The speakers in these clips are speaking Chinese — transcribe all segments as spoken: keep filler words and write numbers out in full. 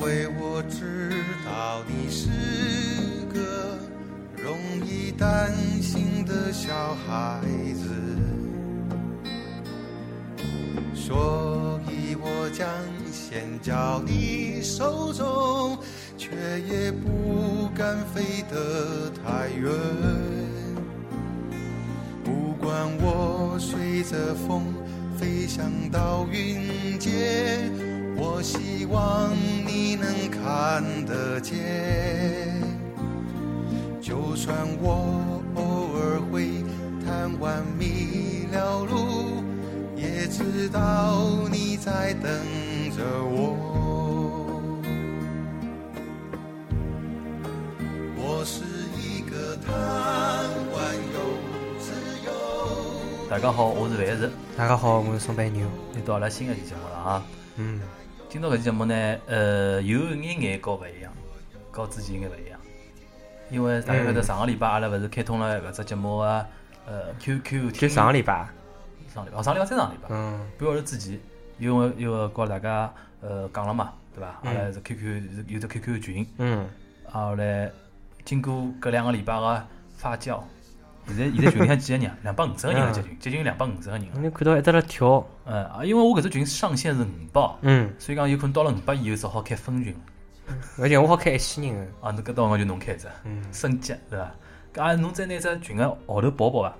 为我知道你是个容易担心的小孩子，所以我将线交你手中，却也不敢飞得太远。不管我随着风飞翔到云间，我希望你能看得见。就算我偶尔会贪玩迷了路，也知道你在等着我。我是一个贪玩又自由。 大家好，我是范石。 大家好，我是宋白牛。 又到阿拉新的期节目了啊。 嗯， 今朝搿期节目呢，呃，有一眼眼和勿一样，和之前有眼勿一样。因为大家晓得上个礼拜阿拉勿是开通了搿只节目个呃 Q Q 就上个礼拜， 上礼拜，上礼拜再上礼拜， 嗯， 半个号头之前，因为因为告大家呃讲了嘛，对伐？阿拉是 Q Q 有只 Q Q 群， 嗯， 后来经过搿两个礼拜个发酵，现在现在群里向几个人？两百五十个人了，接近接近两百五十个人了。 你看到一直辣跳， 嗯啊，因为我搿只群上限是五百， 嗯， 所以讲有可能到了五百以后只好开分群。 而且我好开一千人个， 啊，侬搿到辰光就侬开只， 嗯， 升级对伐？搿啊，侬再拿只群个号头报报伐？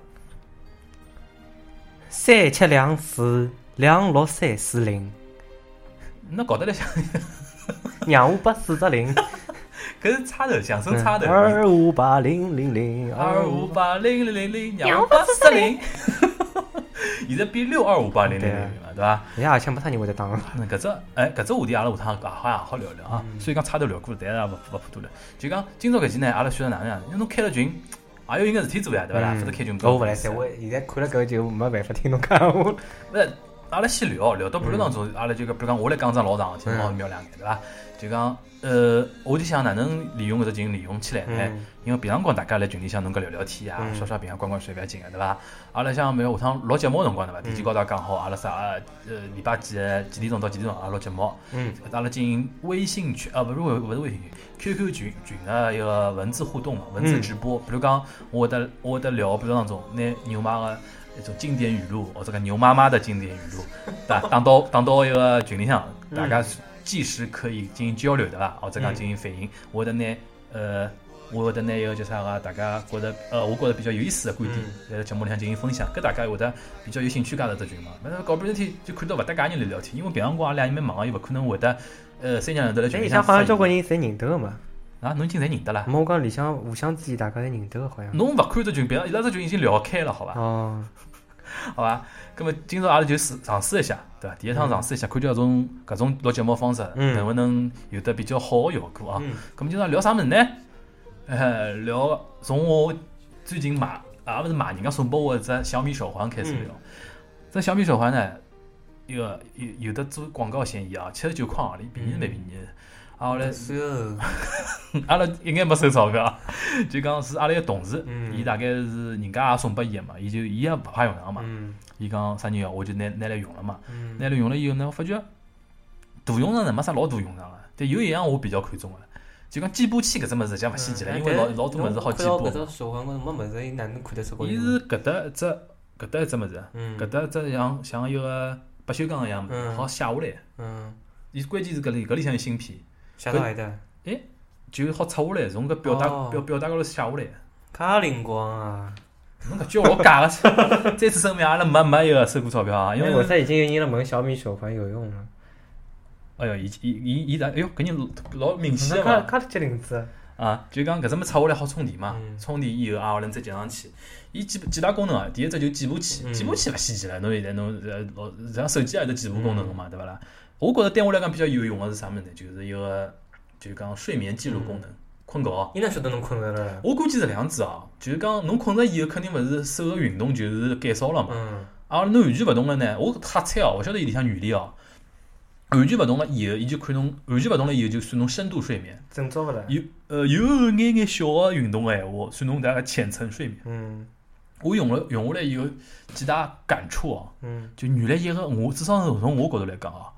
三七两四两六三四零， 那搞得来像， 两五八四只零， 搿是插头，相声插头。 二五八零零零二五八零零零零两八四零，现在变六二五八零零零了，对伐？ 现在而且没啥人会得打。 那搿只哎，搿只话题阿拉下趟好也好聊聊啊。所以讲插头聊过，但是也勿勿破多了。就讲今朝搿期呢，阿拉选择哪能样？因为侬开了群，也有应该事体做呀，对伐啦？否则开群我勿来塞，我现在看了搿就没办法听侬讲话。 勿是，阿拉先聊聊到半路当中，阿拉就讲，比如讲我来讲桩老长事体，我瞄两眼，对伐？就讲呃，我就想哪能利用搿只群利用起来呢？因为平常光大家来群里向侬搿聊聊天啊，刷刷屏啊，关关水勿要紧个，对伐？阿拉想没有下趟录节目辰光对伐？提前告大家讲好，阿拉啥呃礼拜几几点钟到几点钟阿拉录节目？嗯，阿拉进行微信群啊，勿是微勿是微信群 ，Q Q 群群的一个文字互动嘛，文字直播。比如讲，我会得我会得聊，比如当中拿牛妈个一种经典语录，或者讲牛妈妈的经典语录，打打到打到一个群里向，大家即时可以进行交流的伐？或者讲进行反映，我会得拿呃。我会得拿一个叫啥个，大家觉得呃，我觉得比较有意思的观点，在节目里向进行分享，跟大家会得比较有兴趣加入只群嘛。反正搞半天就看到勿搭界人来聊天，因为平常光阿拉两人蛮忙，又勿可能会得呃三家人头来群里向。 里向好像交关人侪认得个嘛。 啊，侬已经侪认得了。 我讲里向互相之间大家侪认得个，好像。 侬勿看只群，别伊拉只群已经聊开了，好伐？ 哦， 好伐？咁么今朝阿拉就试尝试一下，对伐？第一趟尝试一下，看叫搿种搿种录节目方式能不能有得比较好个效果啊？咁么今朝聊啥物事呢？呃，聊从我最近买，也勿是买人家送拨我一只小米手环开始聊。这、嗯、小米手环呢，一个有有的做广告嫌疑啊，七十九块行钿，便宜是蛮便宜的。啊，后来收， 阿拉应该没收钞票，就讲是阿拉个同事，伊、嗯、大概是人家也送拨伊个嘛，伊就伊也勿怕用上嘛。伊讲啥人要我就拿拿来用了嘛，嗯、拿来用了以后呢，我发觉大用场呢没啥老大用场个，但有一样我比较看重个。就讲计步器搿只物事讲勿稀奇了，因为老老多物事好计步。 搿只手环高头没物事，伊哪能看得出？ 伊是搿搭一只搿搭一只物事，搿搭一只像像一个不锈钢一样物事，好卸下来。嗯。伊关键是搿里搿里向有芯片。 卸到何搭？ 哎，就好拆下来，从搿表带表表带高头卸下来。 介灵光啊！ 侬搿句老假个，再次声明阿拉没没一个收过钞票啊，因为我猜已经有人辣问小米手环有用了。 哎哟，伊伊伊伊哎哟，搿人老明显个嘛， 介介机灵子啊！就讲搿只么拆下来好充电嘛，嗯、充电以后啊，后来再接上去。伊几几大功能啊？第一只就计步器，计步器勿稀奇了，侬现在侬呃老像手机也有计步功能个嘛，对伐啦？我觉着对我来讲比较有用个是啥物事呢？就是一个就是讲睡眠记录功能，嗯、困觉。 伊哪晓得侬困着了？ 我估计是这样子啊，就是讲侬困着以后，肯定勿是手个运动就是减少了嘛。嗯。啊，侬完全勿动了呢？我瞎猜哦，勿晓得伊里向原理哦。完全勿动了以后，伊就看侬完全勿动了以后，就算侬深度睡眠。 正早勿啦？ 有呃有眼眼小个运动个闲话，算侬大概浅层睡眠。嗯。我用了用下来以后，几大感触哦。嗯。就原来一个我至少是从我角度来讲哦，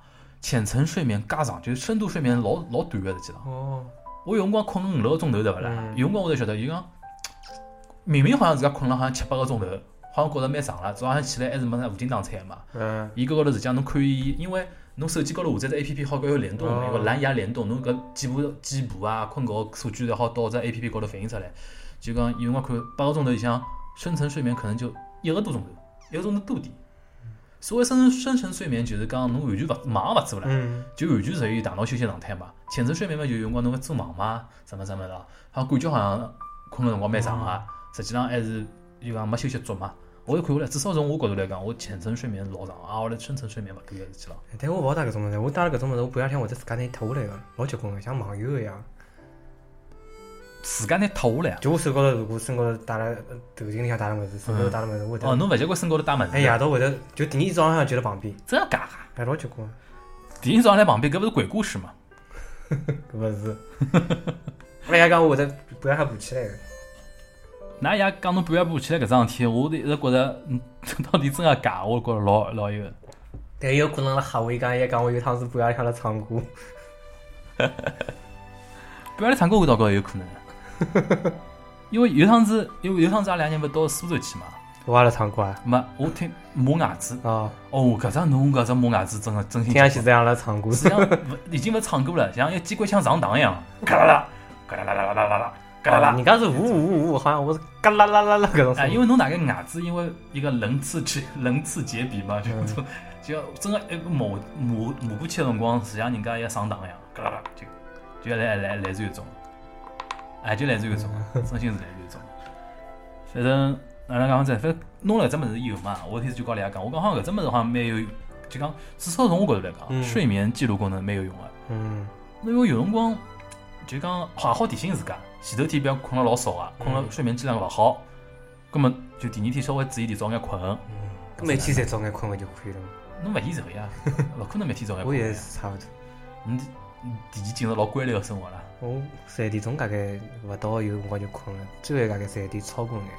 浅层睡眠加长，就是深度睡眠老老短个，实际上。 哦。 我有辰光困五六个钟头对勿啦？ 嗯、 有辰光我才晓得，就讲明明好像自家困了好像七八个钟头，好像觉着蛮长了，早上起来还是没啥无精打采嘛。 嗯。 伊搿高头实际上侬可以，因为侬手机高头下载只 A P P 好跟有联动，有个蓝牙联动，侬搿几部几部啊困觉数据侪好到只 A P P 高头反映出来。就讲有辰光看八个钟头里向深层睡眠可能就一个多钟头，一个钟头多点。所谓深层深层睡眠就是讲侬完全勿忙勿做了， 嗯、 就完全属于大脑休息状态嘛。浅层睡眠嘛，就有辰光侬会做梦嘛，什么什么的，好像感觉好像困个辰光蛮长啊，实际上还是就讲没休息足嘛。我看下来，至少从我角度来讲，我浅层睡眠老长，啊，我来深层睡眠勿够个事体了。 但我勿好打搿种物事，我打了搿种物事，我半夜天会得自家拿脱下来个，老结棍个，像网游一样。 自家拿脱下来？ 就我手高头，如果身高头打了头颈里向打了物事，手高头打了物事，我会得。 哦，侬勿习惯身高头打物事。 哎，夜到会得，就第二天早上就辣旁边。 真假？ 哎，老结棍。 第二天早上来旁边，搿勿是鬼故事吗？ 搿勿是。我爷讲我会得半夜还爬起来个。 㑚爷讲侬半夜爬起来搿桩事体，我一直觉着，嗯，到底真个假？我觉着老老一个。 但有可能辣吓我，伊讲伊讲我有趟子半夜向辣唱歌。 半夜唱歌，我倒觉着有可能。因为有趟子，因为有趟子阿拉两人勿到苏州去嘛。 我也辣唱歌啊。 没，我听磨牙子。 哦。 哦，搿只侬搿只磨牙子真个真心。 听上去像辣唱歌。 实际上已经勿唱歌了，像一个机关枪上膛一样，嘎啦啦，嘎啦啦啦啦啦啦。嘎啦啦， 人家是呜呜呜，好像我是嘎啦啦啦啦搿种。 哎，因为侬大概牙齿因为一个棱刺结棱刺结比嘛，就就就真个一个磨磨磨过去的辰光，是像人家一个上膛一样，嘎啦啦就就来来来自于一种，哎，就来自于一种，真心是来自于一种。反正哪能讲子，反正弄了搿只物事以后嘛，我天就告大家讲，我讲好像搿只物事好像蛮有，就讲至少从我角度来讲， 嗯、 睡眠记录功能蛮有用个。 嗯。 因为有辰光就讲好好提醒自家。前头天比方困了老少啊，困了睡眠质量勿好，葛末就第二天稍微注意点早眼困。 嗯，搿每天侪早眼困勿就可以了嘛？ 侬勿现实个呀，勿可能每天早眼困。 我也是差勿多。 你第二进入老规律个生活啦。 我三点钟大概勿到有辰光就困了，最后大概三点超过眼。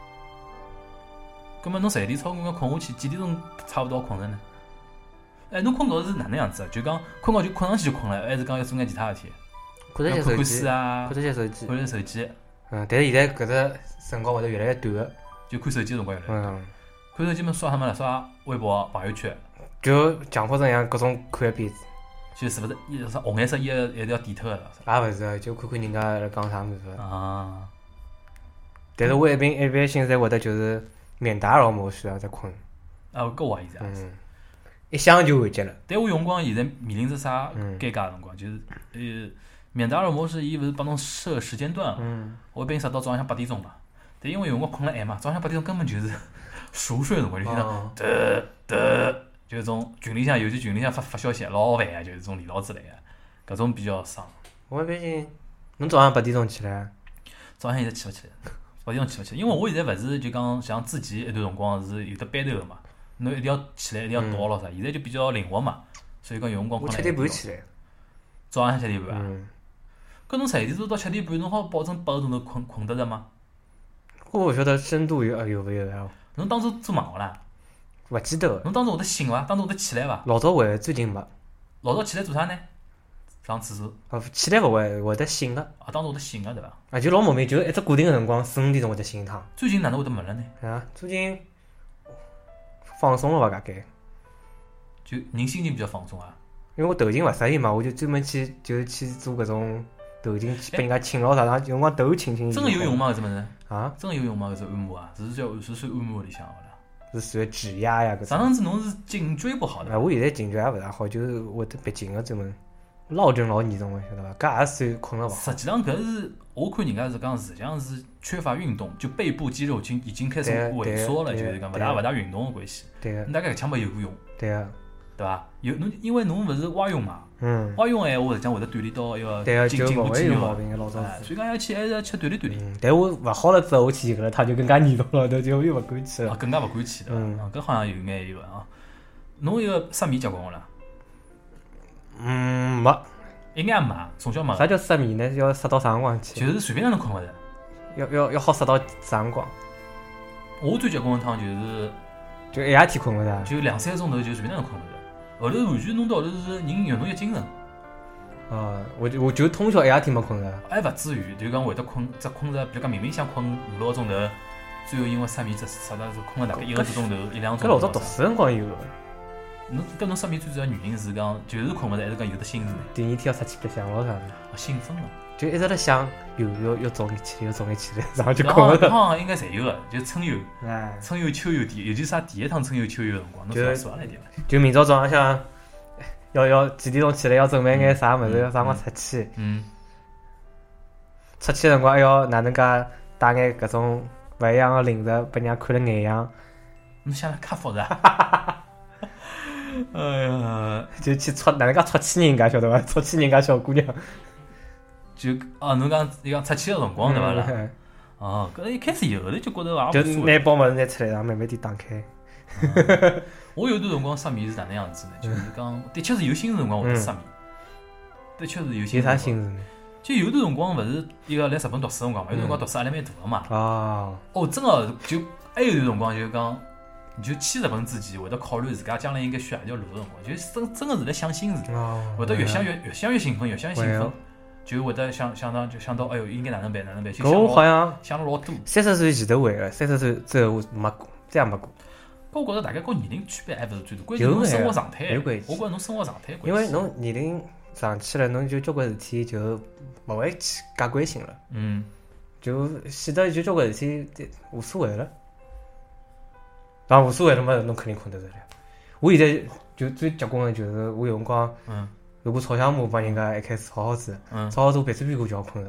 葛末侬三点超过眼困下去，几点钟差勿多困了呢？哎，侬困觉是哪能样子啊？就讲困觉就困上去就困了，还是讲要做眼其他事体？ 看着些手机啊， 看着些手机， 看着手机。 嗯，但是现在搿只辰光会得越来越短个， 就看手机辰光越来越短。 嗯， 看手机嘛，刷什么了？刷微博、朋友圈。 就强迫症一样，各种看一遍。 就是勿是一啥红颜色一一定要点脱个了？ 也勿是，就看看人家辣讲啥物事。 啊。 但是我一般一般性侪会得就是免打扰模式啊，再困。 啊，搿我也是。 嗯。一响就完结了。 但我有辰光现在面临着啥尴尬辰光，就是呃。免打扰模式，伊勿是帮侬设时间段， 嗯， 我一般设到早上八点钟嘛。但因为有辰光困了晚嘛，早上八点钟根本就是熟睡的辰光，就听到得得，就是种群里向，尤其群里向发发消息老烦啊，就是种连牢之类的，搿种比较伤。 我一般性，侬早上八点钟起来？ 早上现在起勿起来？八点钟起勿起来？因为我现在勿是就讲像之前一段辰光是有得班头个嘛，侬一定要起来，一定要到咯啥。现在就比较灵活嘛，所以讲有辰光困了。 我七点半起来。 早上七点半啊？ 嗯。 搿侬十一点钟到七点半，侬好保证八个钟头困困得着吗？ 我勿晓得深度有有勿有啊？ 侬当初做梦个啦？ 勿记得。 侬当初会得醒伐？当初会得起来伐？ 老早会，最近没。 老早起来做啥呢？上厕所。 哦，起来勿会，会得醒个。 啊，当初会得醒个对伐？ 啊，就老莫名，就一只固定个辰光，四五点钟会得醒一趟。 最近哪能会得没了呢？ 啊，最近放松了伐？大概。 就人心情比较放松啊。 因为我头颈勿适应嘛，我就专门去就是去做搿种。头颈去拨人家请咯啥，然后有辰光头轻轻。 真个有用吗？搿只物事？ 啊？ 真个有用吗？搿只按摩啊，是叫是算按摩里向个啦？ 是算指压呀？搿上趟子侬是颈椎不好的。 啊，我现在颈椎也勿大好，就是会得闭颈个专门，落枕老严重个，晓得伐？搿也算困了伐？ 实际上搿是我看人家是讲，实际上是缺乏运动，就背部肌肉已经已经开始萎缩了，就是讲勿大勿大运动个关系。 对个。 大概搿腔没有过用。 对个。 对伐？有侬，因为侬勿是蛙泳嘛。 嗯， 蛙泳个闲话，实际上会得锻炼到一个颈颈部肌肉，所以讲要去还是要去锻炼锻炼。 嗯，但我勿好了之后，我去搿了，它就更加严重了，就就又勿敢去了。 啊，更加勿敢去的。嗯，搿好像有眼有啊。侬一个失眠结棍个啦？ 嗯，没， 一眼也没，从小没。 啥叫失眠呢？要失到啥辰光去？ 就是随便哪能困勿着。 要要要好失到啥辰光？ 我最结棍一趟就是， 就一夜天困勿着， 就两三个钟头就随便哪能困勿着。 后头完全弄到后头是人越弄越精神。 啊，我就我就通宵一夜天没困着。 还勿至于，就讲会得困，只困着，比如讲明明想困五六个钟头，最后因为失眠，只实在是困了大概一个多钟头、一两个钟头。 搿老早读书辰光有。 侬搿侬失眠最主要原因是讲，就是困勿着，还是讲有得心事呢？ 第二天要出去白相咯啥的。 啊，兴奋了。 就一直在想，有要要早眼起来，要早眼起来，然后就困了。 搿好像应该侪有个，就春游， 哎， 春游、秋游第，尤其是啥第一趟春游、秋游个辰光，侬说说来点伐？ 就明朝早浪向。要要几点钟起来？要准备眼啥物事？要啥辰光出去？ 嗯。 出去辰光还要哪能介带眼搿种勿一样个零食，拨人家看了眼样。 侬想得介复杂。哎呀， 就去戳哪能介戳起人家晓得伐？戳起人家小姑娘。 就哦，侬讲你讲出去个辰光对伐啦？ 嗯、 哦，搿一开始有后头就觉着也就拿包物事拿出来，然后慢慢点打开。 嗯我有段辰光失眠是哪能样子呢？就是讲，的确是有心事辰光会得失眠，的确是有心事。 有啥心事呢？ 就有段辰光勿是一个来日本读书辰光嘛，有段辰光读书压力蛮大个嘛。 哦。 哦，真个就还有段辰光就是讲，你就去日本之前会得考虑自家将来应该选何条路个辰光，就真真个是在想心事，会得越想越越想越兴奋，越想越兴奋，就会得想想到就想到，哎哟，应该哪能办哪能办，就想我好像想了老多。 三十岁前头会个，三十岁之后我没过，再也没过。 我觉着大概跟年龄区别还勿是最大，关键侬生活状态。我觉着侬生活状态关系。 因为侬年龄上去了，侬就交关事体就勿会去介关心了。 嗯。 就显得就交关事体无所谓了。然后无所谓了嘛，侬肯定困得着了。我现在就最结棍个就是，我有辰光， 嗯， 如果吵相骂帮人家一开始吵好子， 嗯， 吵好子我鼻子屁股就要困着。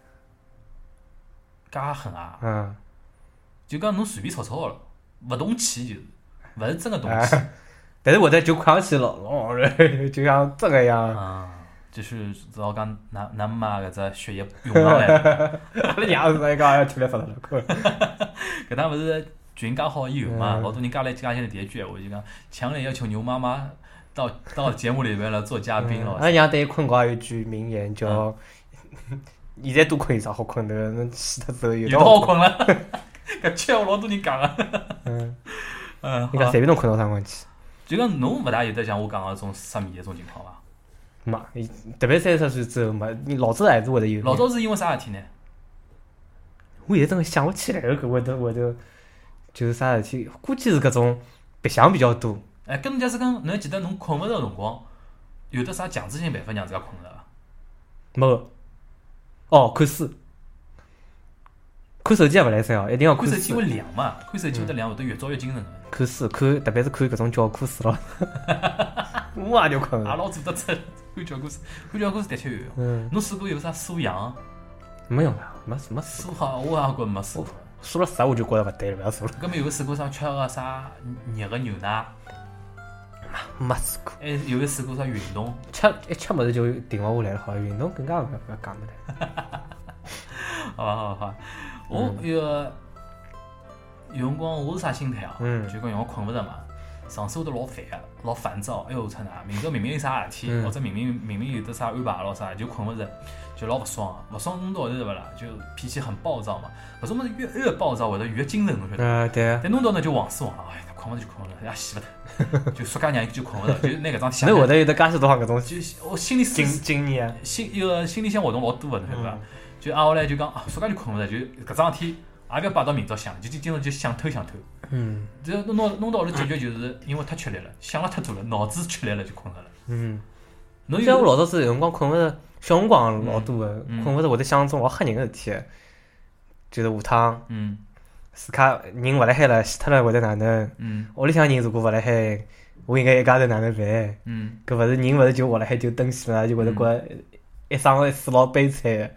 介狠啊！ 嗯。 就讲侬随便吵吵了。勿动气就是，勿是真个动气、 啊，但是会得就看上去老老就像真个一样。 啊，就是只好讲拿拿妈搿只血液涌上来了。 阿拉娘是那个要吃来发了困。 搿趟勿是群加好以后嘛，老多人加来加进来第一句闲话就讲，强烈要求牛妈妈到到节目里边来做嘉宾了。 阿拉娘对困觉有句名言叫：现在多困有啥好困的？侬死脱之后有得好困了。搿句话老多人讲个。 嗯， 嗯， 你讲随便侬困到啥辰光去？ 就讲侬勿大有得像我讲个种失眠个种情况伐？ 没，特别三十岁之后没，你老早还是会得有。 老早是因为啥事体呢？ 我现在真个想勿起来了，搿会得会得就是啥事体？估计是搿种白相比较多。 哎，跟侬假使讲，侬还记得侬困勿着个辰光，有得啥强制性办法让自家困着伐？ 没个。哦，看书。看手机也勿来塞哦，一定要看手机会凉嘛？看手机会得凉，会得越早越精神个。 看书看，特别是看搿种教科书咯，我也就困了。 也老做得出看教科书，看教科书的确有用。 嗯。 侬试过有啥素养？ 没用啦，没没试。 素好，我也觉没试过。 试了啥我就觉着勿对了，勿要试了。 搿么有试过啥吃个啥热个牛奶？ 没试过。 还有没试过啥运动？ 吃一吃物事就停勿下来了，好运动更加勿勿讲勿来。 好吧好好。我有个有辰光我是啥心态啊？ 嗯， 就讲因为我困勿着嘛，上手都老烦个，老烦躁。哎哟，操哪！明朝明明有啥事体，或者明明明明有得啥安排咯啥，就困勿着，就老勿爽。勿爽弄到后头对勿啦？就脾气很暴躁嘛。搿种物事越越暴躁，会得越精神，侬晓得？ 啊，对。 但弄到呢就忘死忘了，哎，困勿着就困勿着，也死勿脱，就说家娘就困勿着，就拿搿桩想。 侬会得有得介许多项搿种， 就我心里经经验， 心一个心里向活动老多个，侬晓得伐？就挨下来就讲，啊，说家就困勿着，就搿桩事体也勿要摆到明朝想，就今朝就想透想透。 嗯。 只要弄到弄到后头解决，就是因为太吃力了，想了太多了，脑子吃力了就困着了。 嗯。 侬像我老早子有辰光困勿着，小辰光老多个，困勿着会得想种老吓人个事体，就是下趟， 嗯， 自家人勿辣海了，死脱了会得哪能？ 嗯。 屋里向人如果勿辣海，我应该一家头哪能办？ 嗯。 搿勿是人勿是就活辣海就等死嘛，就会得觉着一生一世老悲惨个。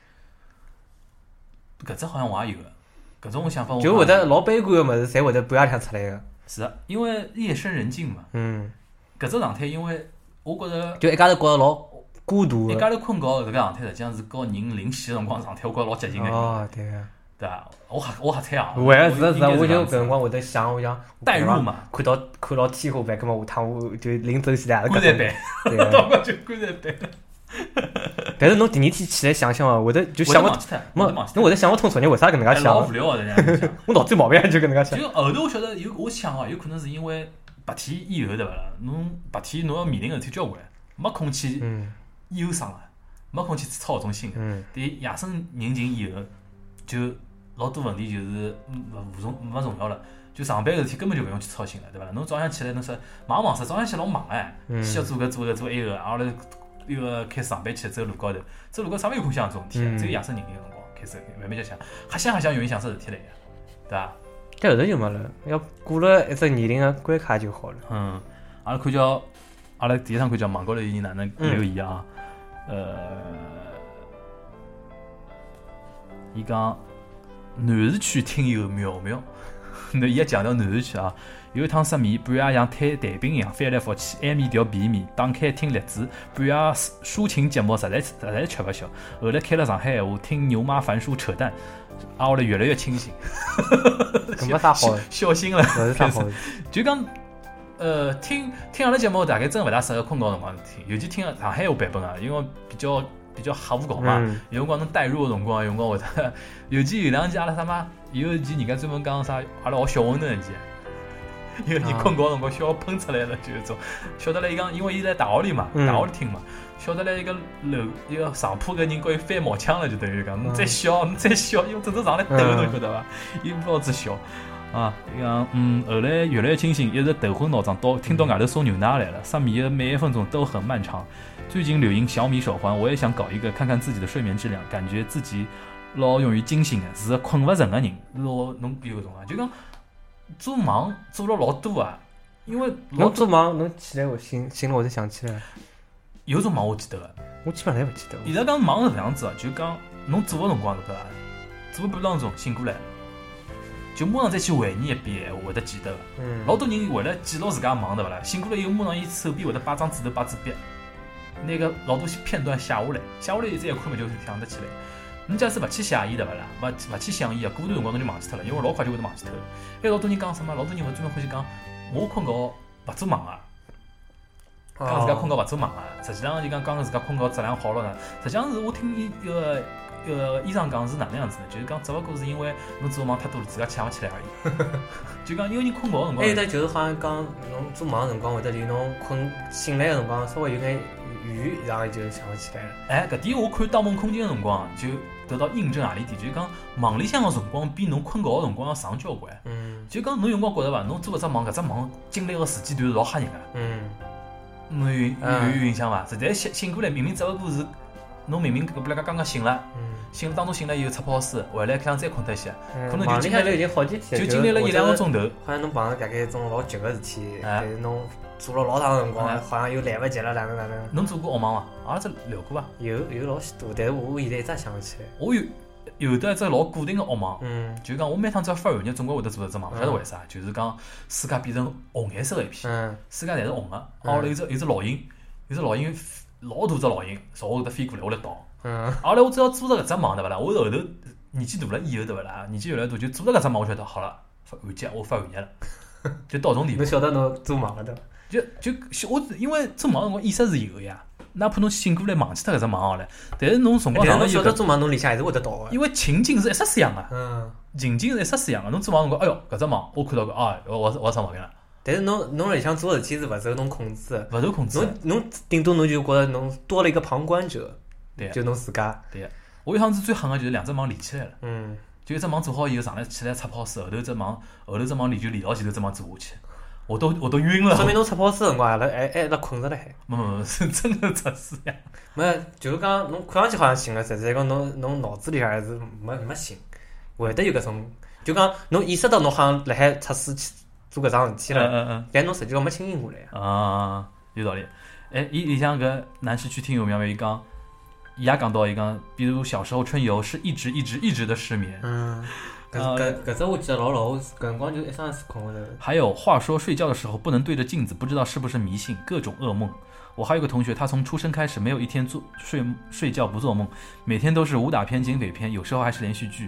搿只好像我也有个，搿种想法我就会得老悲观个物事，侪会得半夜里向出来个。 是啊，因为夜深人静嘛。 嗯。 搿只状态，因为我觉着就一家头觉着老孤独个。 一家头困觉搿个状态，实际上是和人临死个辰光状态，我觉着老接近个。 哦，对个。 对伐？我瞎我瞎猜啊。 会啊，是啊是啊，我就搿辰光会得想，我想代入嘛， 看到看到天花板，搿么下趟我就临走前来棺材板， 对到搿就棺材板。 但是侬第二天起来想想哦，会得就想勿没，侬会得想勿通昨日为啥搿能介想？ 老无聊个，人家我脑子有毛病就搿能介想。 就后头我晓得有，我想哦，有可能是因为白天以后对伐啦？侬白天侬要面临个事体交关，没空去忧伤个，没空去操中心个。对夜深人静以后，就老多问题就是勿无重勿重要了。就上班个事体根本就勿用去操心了，对伐啦？侬早上起来侬说忙忙死，早上起来老忙哎，先要做搿做搿做埃个，然后来一个开始上班去走路高头，走路高头啥勿有空想这种事体，只有夜深人静个辰光开始慢慢就想，瞎想瞎想容易想出事体来个，对伐？ 搿后头就没了，要过了一只年龄个关卡就好了。 嗯，阿拉看叫阿拉第一趟看叫网高头有人哪能留言啊？嗯、呃，伊讲南市区听友妙妙。那伊也强调南市区啊，有一趟失眠，半夜像摊蛋饼一样翻来覆去，埃面调便面，打开听荔枝，半夜抒情节目实在实在吃不消。后来开了上海闲话，听牛妈樊叔扯淡，啊，后来越来越清醒。 搿没啥好， 笑醒了。 勿是啥好。 就讲，呃，听听阿拉节目大概真勿大适合困觉辰光听，尤其听上海话版本啊，因为比较。比较瞎胡搞嘛，嗯、有辰光能带入个辰光，有辰光会得，尤其有两期阿拉他妈有一期人家专门讲啥，阿拉学小馄饨一期，有人困觉辰光笑喷出来了，就是种晓得了伊讲，因为伊在大学里嘛，大学里听嘛，晓得了一个楼一个上铺个人告伊翻毛腔了，就等于讲，侬再笑，侬再笑，因为真正上来抖，侬晓得伐？伊老子笑啊，伊讲嗯，后来越来越清醒，一直头昏脑胀，到听到外头送牛奶来了，失眠的每一分钟都很漫长。最近流行小米手环，我也想搞一个，看看自己的睡眠质量，感觉自己老容易惊醒的，是个困勿成的人。老侬有搿种啊，就讲做梦做了老多啊，因为侬做梦侬起来我醒醒了我才想起来。 有种梦我记得个， 我基本上也勿记得。 现在讲梦是搿样子啊，就讲侬做个辰光对伐？做半当中醒过来，就马上再去回忆一遍，会得记得个。嗯。老多人为了记录自家梦对伐啦？醒过来以后，马上伊手边会得摆张纸头摆纸笔。那个老多片段写下来，写下来再一看嘛，就想得起来。侬假使勿去写伊对伐啦，勿勿去想伊啊，过段辰光侬就忘记脱了，因为老快就会得忘记脱了。还有老多人讲什么，老多人勿专门欢喜讲，我困觉勿做梦啊，讲自家困觉勿做梦啊。实际上就讲讲自家困觉质量好了呢。实际上是我听伊个呃医生讲是哪能样子呢？就是讲只勿过是因为侬做梦太多了，自家想勿起来而已。就讲有人困觉个辰光， 还有得就是好像讲侬做梦个辰光会得离侬困醒来个辰光稍微有眼。鱼，然后就想不起来了。 哎，搿点我看《盗梦空间》的辰光，就得到印证何里点，就是讲梦里向个辰光比侬困觉个辰光要长交关。嗯。就讲侬有辰光觉着伐，侬做搿只梦，搿只梦经历个时间段是老吓人个。嗯。侬有有有印象伐？实在醒醒过来，明明只不过是侬明明搿不拉刚刚醒了，嗯，醒了当中醒了以后擦泡水，回来想再困脱些，可能就经历了已经好几天， 就经历了一两个钟头。 好像侬碰着大概一种老急个事体，但是侬。做了老长辰光，好像又来不及了，哪能哪能？ 侬做过噩梦伐？阿拉只聊过伐？ 有有老许多，但是我现在一直想不起来。 我有有的一只老固定的噩梦，嗯，就讲我每趟只要发寒日，总归会得做一只梦，勿晓得为啥，就是讲世界变成红颜色的一片，嗯，世界侪是红的，后来有只有只老鹰，有只老鹰老大只老鹰朝我搿搭飞过来，我来逃，嗯，后来我只要做着搿只梦对勿啦？我后头年纪大了以后对勿啦？年纪越来越大，就做着搿只梦，我晓得好了，发寒节我发寒日了，就到种地步。 侬晓得侬做梦了对伐？ 就就我因为做梦辰光意识是有个呀，哪怕侬醒过来忘记脱搿只梦好了，但是侬辰光长了以后， 晓得做梦侬里向还是会得到个。 因为情境是一式四样个，嗯，情境是一式四样个。侬做梦辰光，哎哟，搿只梦我看到个啊，我我生毛病了。 但是侬侬里向做事体是勿受侬控制的， 勿受控制。 侬侬顶多侬就觉着侬多了一个旁观者，对，就侬自家。 对，我有趟子最狠个就是两只梦连起来了，嗯，就一只梦做好以后上来起来擦泡水，后头只梦后头只梦连就连到前头只梦做下去。我都我都晕了， 说明侬擦泡水辰光还还还辣困着了还。 没没没，是真的擦水呀。 没，就是讲侬看上去好像醒了，实际讲侬侬脑子里还是没没醒，会得有搿种，就讲侬意识到侬好像辣海擦水去做搿桩事体了，嗯嗯嗯，但侬实际上没清醒过来啊。啊，有道理。哎，伊里向搿南市区听友苗苗伊讲，伊也讲到伊讲，比如小时候春游是一直一直一直的失眠。嗯。 搿搿搿只我记得老牢，搿辰光就一生是困的。 还有话说睡觉的时候不能对着镜子，不知道是不是迷信，各种噩梦。我还有个同学，他从出生开始没有一天做睡睡觉不做梦，每天都是武打片、警匪片，有时候还是连续剧。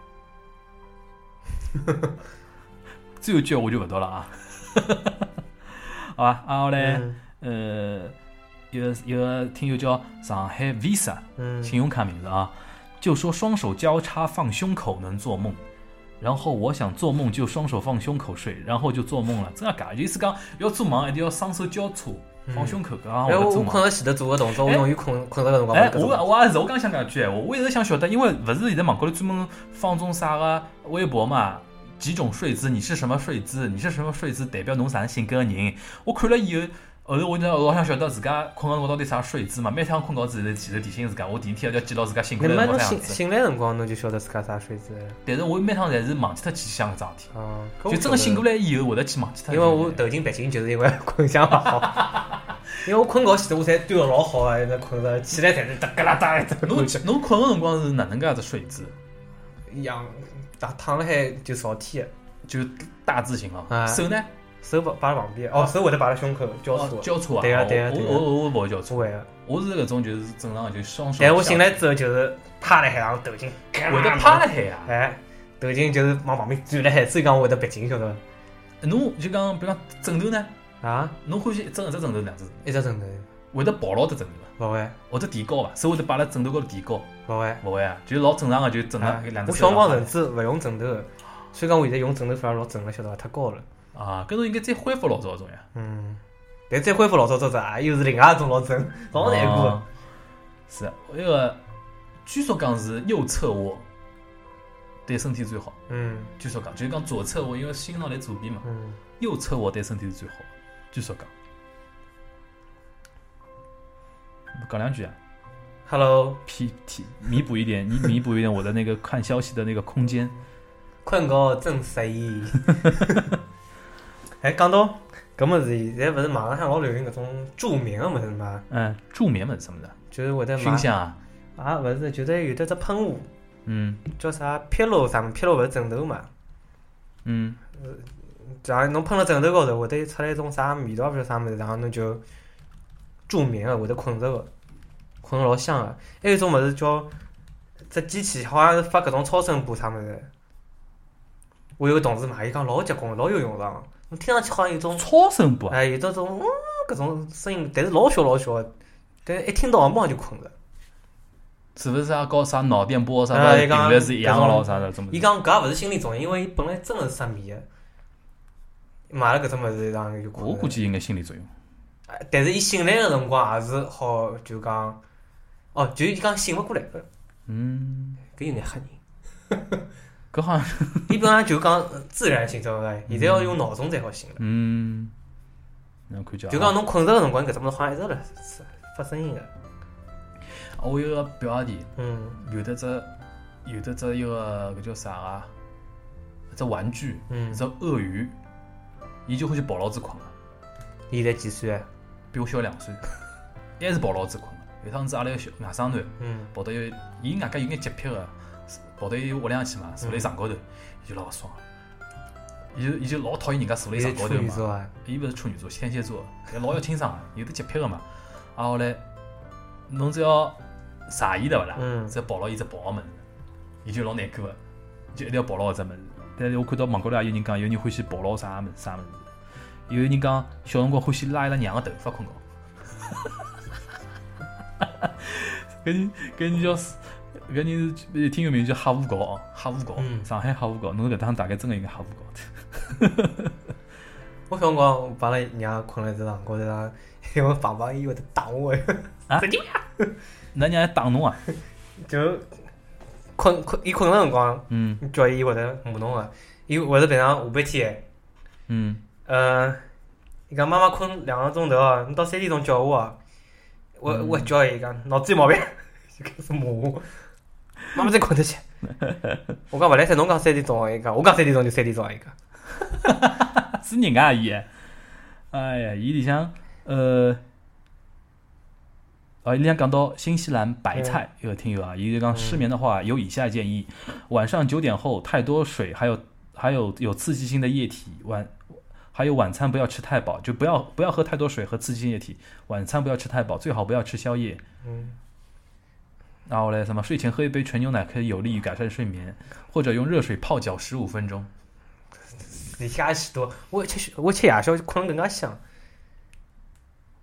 最后句我就勿读了啊。好吧，然后嘞，嗯、呃，有有个听友叫上海 Visa， 信用卡名字啊。就说双手交叉放胸口能做梦， 然后我想做梦就双手放胸口睡，然后就做梦了。真的假？意思讲要做梦一定要双手交叉放胸口，搿样哎，我会得做梦。 困了前头做个动作，我容易困困着个辰光。 哎，我我也是，我刚想讲一句闲话，我一直想晓得，因为勿是现在网高头专门放种啥个微博嘛，几种睡姿，你是什么睡姿，你是什么睡姿，代表侬啥性格个人。我看了以后。后头我就老想晓得自家困个辰光到底啥睡姿嘛，每趟困觉之前前头提醒自家，我第一天要记牢自家醒过来辰光啥样子。 醒来辰光侬就晓得自家啥睡姿了。 但是我每趟侪是忘记脱去想搿桩事体， 哦， 就真个醒过来以后会得去忘记脱。 因为我头颈鼻颈就是因为困相勿好，因为我困觉前头我侪端个老好个，那困着起来侪是哒嘎啦哒。 侬侬困个辰光是哪能介只睡姿？ 一样，躺躺辣海就朝天个， 就大字形哦。手呢？ 手摆摆辣旁边，哦，手会得摆辣胸口交叉。 交叉啊！ 对啊对啊对啊！ 我我我勿会交叉。 会个。 我是搿种就是正常就双手。 但我醒来之后就是趴辣海上头颈， 会得趴辣海啊！ 哎，头颈就是往旁边转辣海，所以讲我会得鼻颈晓得。 侬就讲比如讲枕头呢？ 啊？ 侬欢喜一只一只枕头两只？ 一只枕头。 会得抱牢只枕头伐？ 勿会。 或者提高伐？手会得摆辣枕头高头提高？ 勿会。 勿会啊，就老正常个，就正常两只。 我小辰光甚至勿用枕头个，所以讲我现在用枕头反而老正了，晓得伐？太高了。 啊，搿侬应该再恢复老早种呀。 嗯，但再恢复老早早早，又是另外一种老正，老难过。 哦、是，那个据说讲是右侧卧对身体最好。 嗯， 据说讲就是讲左侧卧，因为心脏在左边嘛。 嗯， 右侧卧对身体是最好。据说讲，讲两句啊。 Hello， P T 弥补一点，你弥补一点我的那个看消息的那个空间。 困觉真适意。哎，讲到搿物事，现在勿是网浪向老流行搿种助眠个物事嘛？ 嗯，助眠物事什么的？ 就是会得熏香啊？ 啊，勿是，就是有得只喷雾， 嗯， 叫啥披露啥物？披露勿是枕头嘛？嗯，像侬喷了枕头高头，会得出来一种啥味道，勿晓得啥物事，然后侬就助眠个，会得困着个，困老香个。还有一种物事叫只机器，好像是发搿种超声波啥物事。我有个同事嘛，伊讲老结棍，老有用场。侬听上去好像有种超声波， 哎，有得种嗯搿种声音，但是老小老小，但一听到马上就困了。 是勿是啊？搞啥脑电波啥个频率是一样个咯？啥的？ 伊讲搿也勿是心理作用，因为伊本来真个是失眠个，买了搿种物事让伊就困。 我估计应该心理作用。 但是伊醒来个辰光也是好，就讲哦，就伊讲醒勿过来个。嗯，搿有眼吓人。 搿好像， 伊本来就讲自然醒着个，现在要用闹钟才好醒了。 嗯，侬看叫。 就讲侬困着个辰光，搿只物事好像一直辣发声音个。 我有个表弟， 嗯， 有的只有的只一个搿叫啥啊？只玩具，嗯，只鳄鱼，伊就欢喜抱牢子困个。 伊现在几岁啊？ 比我小两岁，还是抱牢子困个。有趟子阿拉个小外甥团，嗯，跑到有伊外加有眼洁癖个。跑到伊屋里向去嘛，坐辣床高头，伊就老爽。伊就伊就老讨厌人家坐辣床高头嘛。伊勿是处女座，天蝎座，老要清爽个，有得洁癖个嘛。啊后来，侬只要查伊对勿啦？只要抱牢伊只抱个物事，伊就老难过个，就一定要抱牢搿只物事。但是我看到网高头也有人讲，有人欢喜抱牢啥物事啥物事。有人讲小辰光欢喜拉伊拉娘个头发困觉。搿人搿人叫。搿人是挺有名，叫哈五角哦，哈五角，嗯、上海哈五角。侬搿趟大概真个应该哈五角。 我小辰光我把拉娘困辣只床高头上，因为爸爸伊会得打我啊！㑚娘还打侬啊？ 就困困，伊困个辰光，嗯，叫伊会得骂侬个，伊会得平常下半天，嗯，呃，伊讲妈妈困两个钟头哦，你到三点钟叫我啊，我我叫伊讲脑子有毛病，就开始骂我。妈妈再困得去，我讲勿来塞，侬讲三点钟啊？伊讲我讲三点钟就三点钟啊？伊讲是人家伊，哎呀，伊里向呃，哦，伊里向讲到新西兰白菜，有个听友啊，伊就讲失眠的话有以下建议：晚上九点后太多水，还有还有有刺激性的液体，晚还有晚餐不要吃太饱，就不要不要喝太多水和刺激性液体，晚餐不要吃太饱，最好不要吃宵夜。嗯。然后嘞，什么睡前喝一杯纯牛奶可以有利于改善睡眠，或者用热水泡脚十五分钟。 你瞎许多，我吃我吃夜宵困得更加香。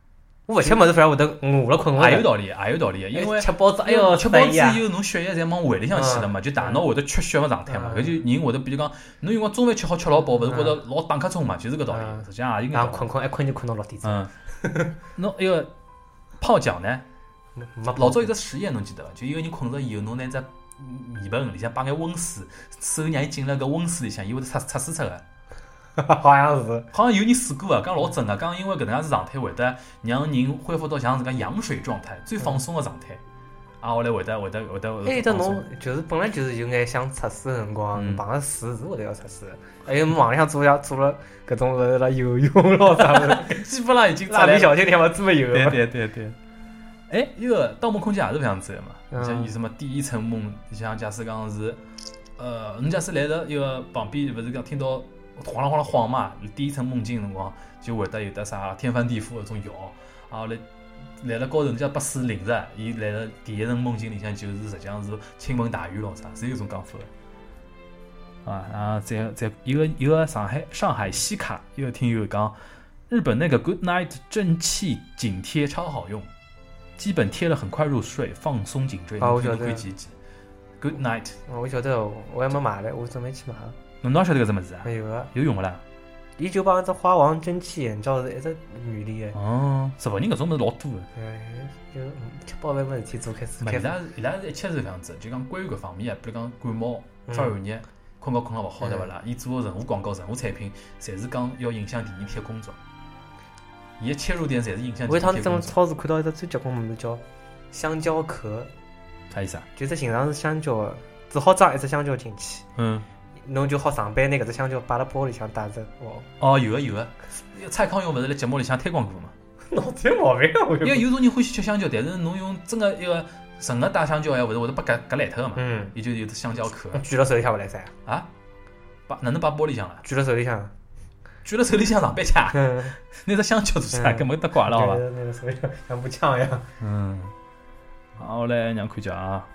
我勿吃物事，反而会得饿了困了。 也有道理，也有道理，因为吃包子，哎哟， 吃包子以后，侬血液侪往胃里向去了嘛，就大脑会得缺血个状态嘛，搿就人会得比如讲，侬用光中饭吃好吃老饱，勿是觉得老打瞌冲嘛，就是搿道理。实际上也应该。 然后困困一困就困到六点钟。 嗯，侬一个泡脚呢？老早有只实验侬记得伐？就一个人困着以后，侬拿只面盆里向摆眼温水，手让伊进了搿温水里向，伊会得擦擦水出个。 好像是， 好像有人试过啊，讲老真个，讲因为搿能样子状态会得让人恢复到像自家羊水状态，最放松个状态。啊，后来会得会得会得。 哎，得侬就是本来就是有眼想测试个辰光，碰着水是会得要测试。还有网里向做下做了搿种是辣游泳咯啥物事， 基本上已经蜡笔小新里向专门有。 对对对对。哎，一个《盗梦空间》也是搿样子个嘛？你像有什么第一层梦，像假使讲是，呃，侬假使来了一个旁边，勿是讲听到。晃啦晃啦晃嘛，第一层梦境辰光就会得有得啥天翻地覆搿种摇，啊后来来了高头，人家把水淋着，伊来了第一层梦境里向就是实际上是倾盆大雨咯啥，是有种讲法的。啊，然后再再一个一个上海上海西卡一个听友讲，日本那个 Good Night 蒸汽颈贴超好用，基本贴了很快入睡，放松颈椎。 啊，我晓得。 可以记记 Good Night。 我晓得，我还没买嘞，我准备去买。 侬哪晓得搿只物事啊？ 有个有用个啦。 伊就帮只花王蒸汽眼罩是一只原理个。 哦，日本人搿种物事老多个。 哎，就吃饱饭没事体做开始。 伊拉伊拉是一切是搿样子，就讲关于搿方面啊，比如讲感冒、发寒热、困觉困了勿好对勿啦？伊做个任何广告、任何产品，侪是讲要影响第二天工作。伊个切入点侪是影响第二天工作。 我一趟在超市看到一只最结棍物事叫香蕉壳， 啥意思啊？ 就只形状是香蕉个，只好装一只香蕉进去。 嗯。 侬就好上班拿搿只香蕉摆辣包里向带着哦。 哦，有个有个，蔡康永勿是辣节目里向推广过嘛？ 脑子有毛病啊！ 因为有种人欢喜吃香蕉，但是侬用真个一个纯个大香蕉，还勿是会得把夹夹烂脱个嘛？嗯，伊就有只香蕉壳。 举辣手里向勿来噻？ 啊？把哪能摆包里向了？ 举辣手里向， 举辣手里向上班吃。嗯。拿只香蕉做啥？根本搭怪了好伐？ 拿手里向像部枪一样。 嗯。好嘞，让看讲啊。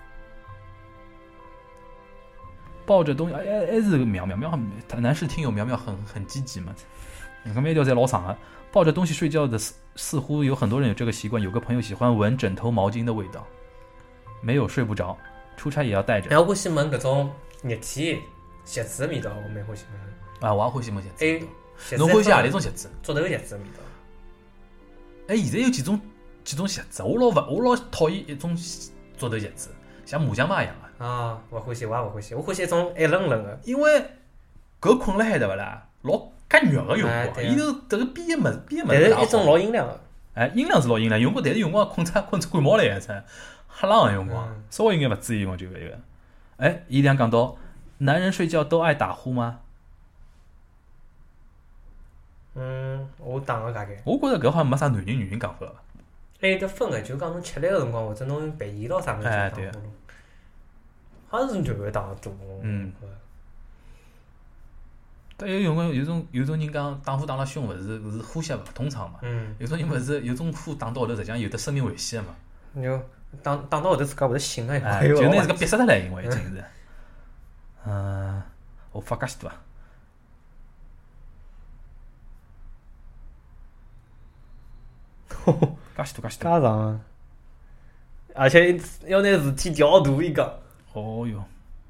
抱着东西，哎哎是苗苗苗，男士听友苗苗很很积极嘛，你看苗条在老长啊。抱着东西睡觉的似似乎有很多人有这个习惯，有个朋友喜欢闻枕头毛巾的味道，没有睡不着，出差也要带着。 然后欢喜闻搿种热体鞋子的味道，我蛮欢喜闻。 啊，我也欢喜闻鞋子。 哎， 侬欢喜何里种鞋子？ 足头鞋子的味道。 哎，现在有几种几种鞋子，我老勿我老讨厌一种足头鞋子，像麻将马一样的。 啊，我欢喜，我也勿欢喜，我欢喜一种一愣愣的， 因为搿困辣海对勿啦，老夹肉个用光，伊头迭个边个物边个物， 但是一种老阴凉个， 哎，阴凉是老阴凉，用过，但是用光困出困出感冒来个，真黑冷个用光，稍微有眼勿注意用就搿个。哎，伊俩讲到，男人睡觉都爱打呼吗？ 嗯，我打个大概。 我觉着搿好像没啥男人女人讲法。 还有得分个，就讲侬吃力个辰光，或者侬鼻炎咯啥物事打呼噜。还是男个打多。嗯。 但有用个有种有种人讲打呼打了凶，勿是是呼吸勿通畅嘛？嗯。有种人勿是有种呼打到后头，实际上有得生命危险个嘛。 有打打到后头自家会得醒个， 哎，就拿自家憋死脱了，因为已经是。嗯，我发介许多啊。介许多介许多。 介长，而且要拿事体调大一个。 哦哟。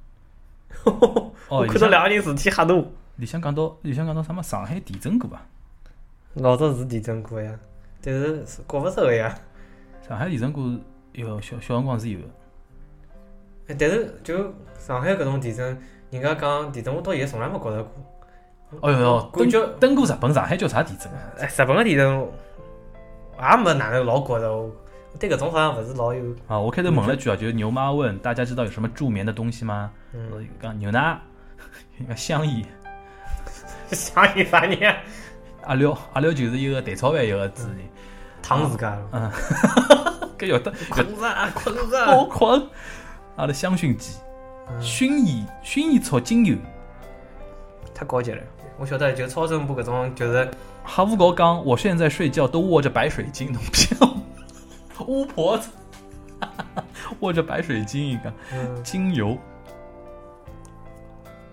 我看到两个人事体吓大。 里向讲到，里向讲到什么？上海地震过伐？ 老早是地震过呀，但是过勿熟个呀。 上海地震过，有小小辰光是有个。 但是就上海搿种地震，人家讲地震，我到现在从来没觉着过。 哦哟哟，感觉登过日本，上海叫啥地震啊？ 哎，日本个地震也没哪能老觉着，对搿种好像勿是老有。 啊，我开头问了一句啊，就是牛妈问大家知道有什么助眠的东西吗？嗯，讲牛奶，一个香烟。 香烟啥人？ 阿廖阿廖就是一个蛋炒饭一个主人， 烫自家。 嗯，搿要得困着困着， 好困。阿拉香薰机，薰衣薰衣草精油， 太高级了。我晓得就超声波搿种就是。 哈乌高讲，我现在睡觉都握着白水晶，侬骗巫婆子，握着白水晶一个、嗯、精油。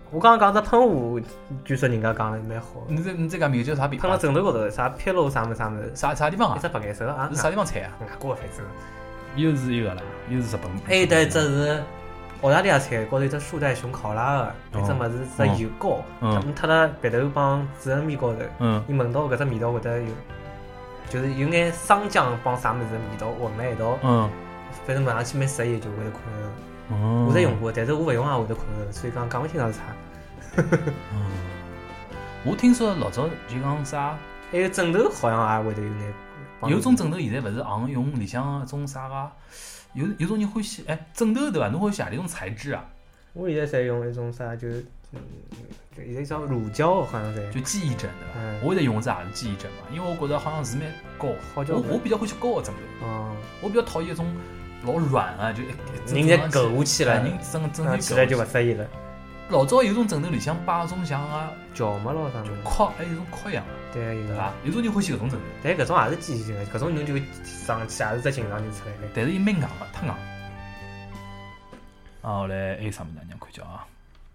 我刚刚讲只喷雾，据说人家讲了蛮好。 你这你这个米叫啥名？ 喷到枕头高头，啥纰漏啥么啥么？ 啥啥地方啊？ 一只白颜色啊？ 是啥地方产啊？ 外国反正。 又是一个啦，又是日本。 还有得只是澳大利亚菜，高头一只树袋熊烤拉个，那只物事只油膏，嗯，它辣鼻头帮主人面高头，嗯，你闻到搿只味道会得有，就是有眼生姜帮啥物事味道混辣一道，嗯，反正闻上去蛮适意，就会得困头。哦，我侪用过，但是我勿用也会得困头，所以讲讲勿清爽是啥。 嗯，我听说老早就讲啥， 还有枕头好像也会得有眼。 有种枕头现在勿是行用里向种啥个？有有种人欢喜哎，枕头对伐？侬欢喜何里种材质啊？ 我现在在用一种啥，就是嗯，就现在叫乳胶，好像是。 就记忆枕对伐？嗯、我现在用的是也是记忆枕嘛，因为我觉得好像是蛮高。好我我比较欢喜高的枕头。哦。我比较讨厌一种老软啊，就人家勾下去了， 人真真的起来就勿适意了。 老早有种枕头里向摆种像啊角膜咯啥物事， 壳还有种壳样。对啊，有对伐？有种人欢喜搿种枕头， 但搿种也是机械性的，搿种侬就上去也是只劲上就出来了。 但是伊蛮硬个，太硬。啊，后来还有啥物事？让看叫啊。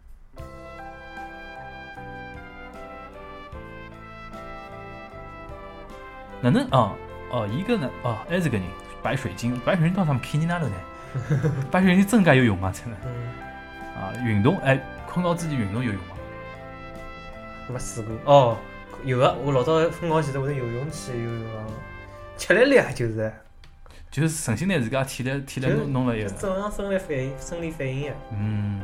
哪能啊？哦，一个呢？哦，还是个人，白水晶，白水晶到啥么骗你哪头呢？白水晶真介有用吗？真的？啊，运动哎，困觉之前运动有用吗？ 没试过哦。有个，我老早困觉前头会得游泳去游泳，吃力力啊，就是， 就是诚心拿自家体力体力弄弄了一个， 正常生理反应生理反应呀。 嗯，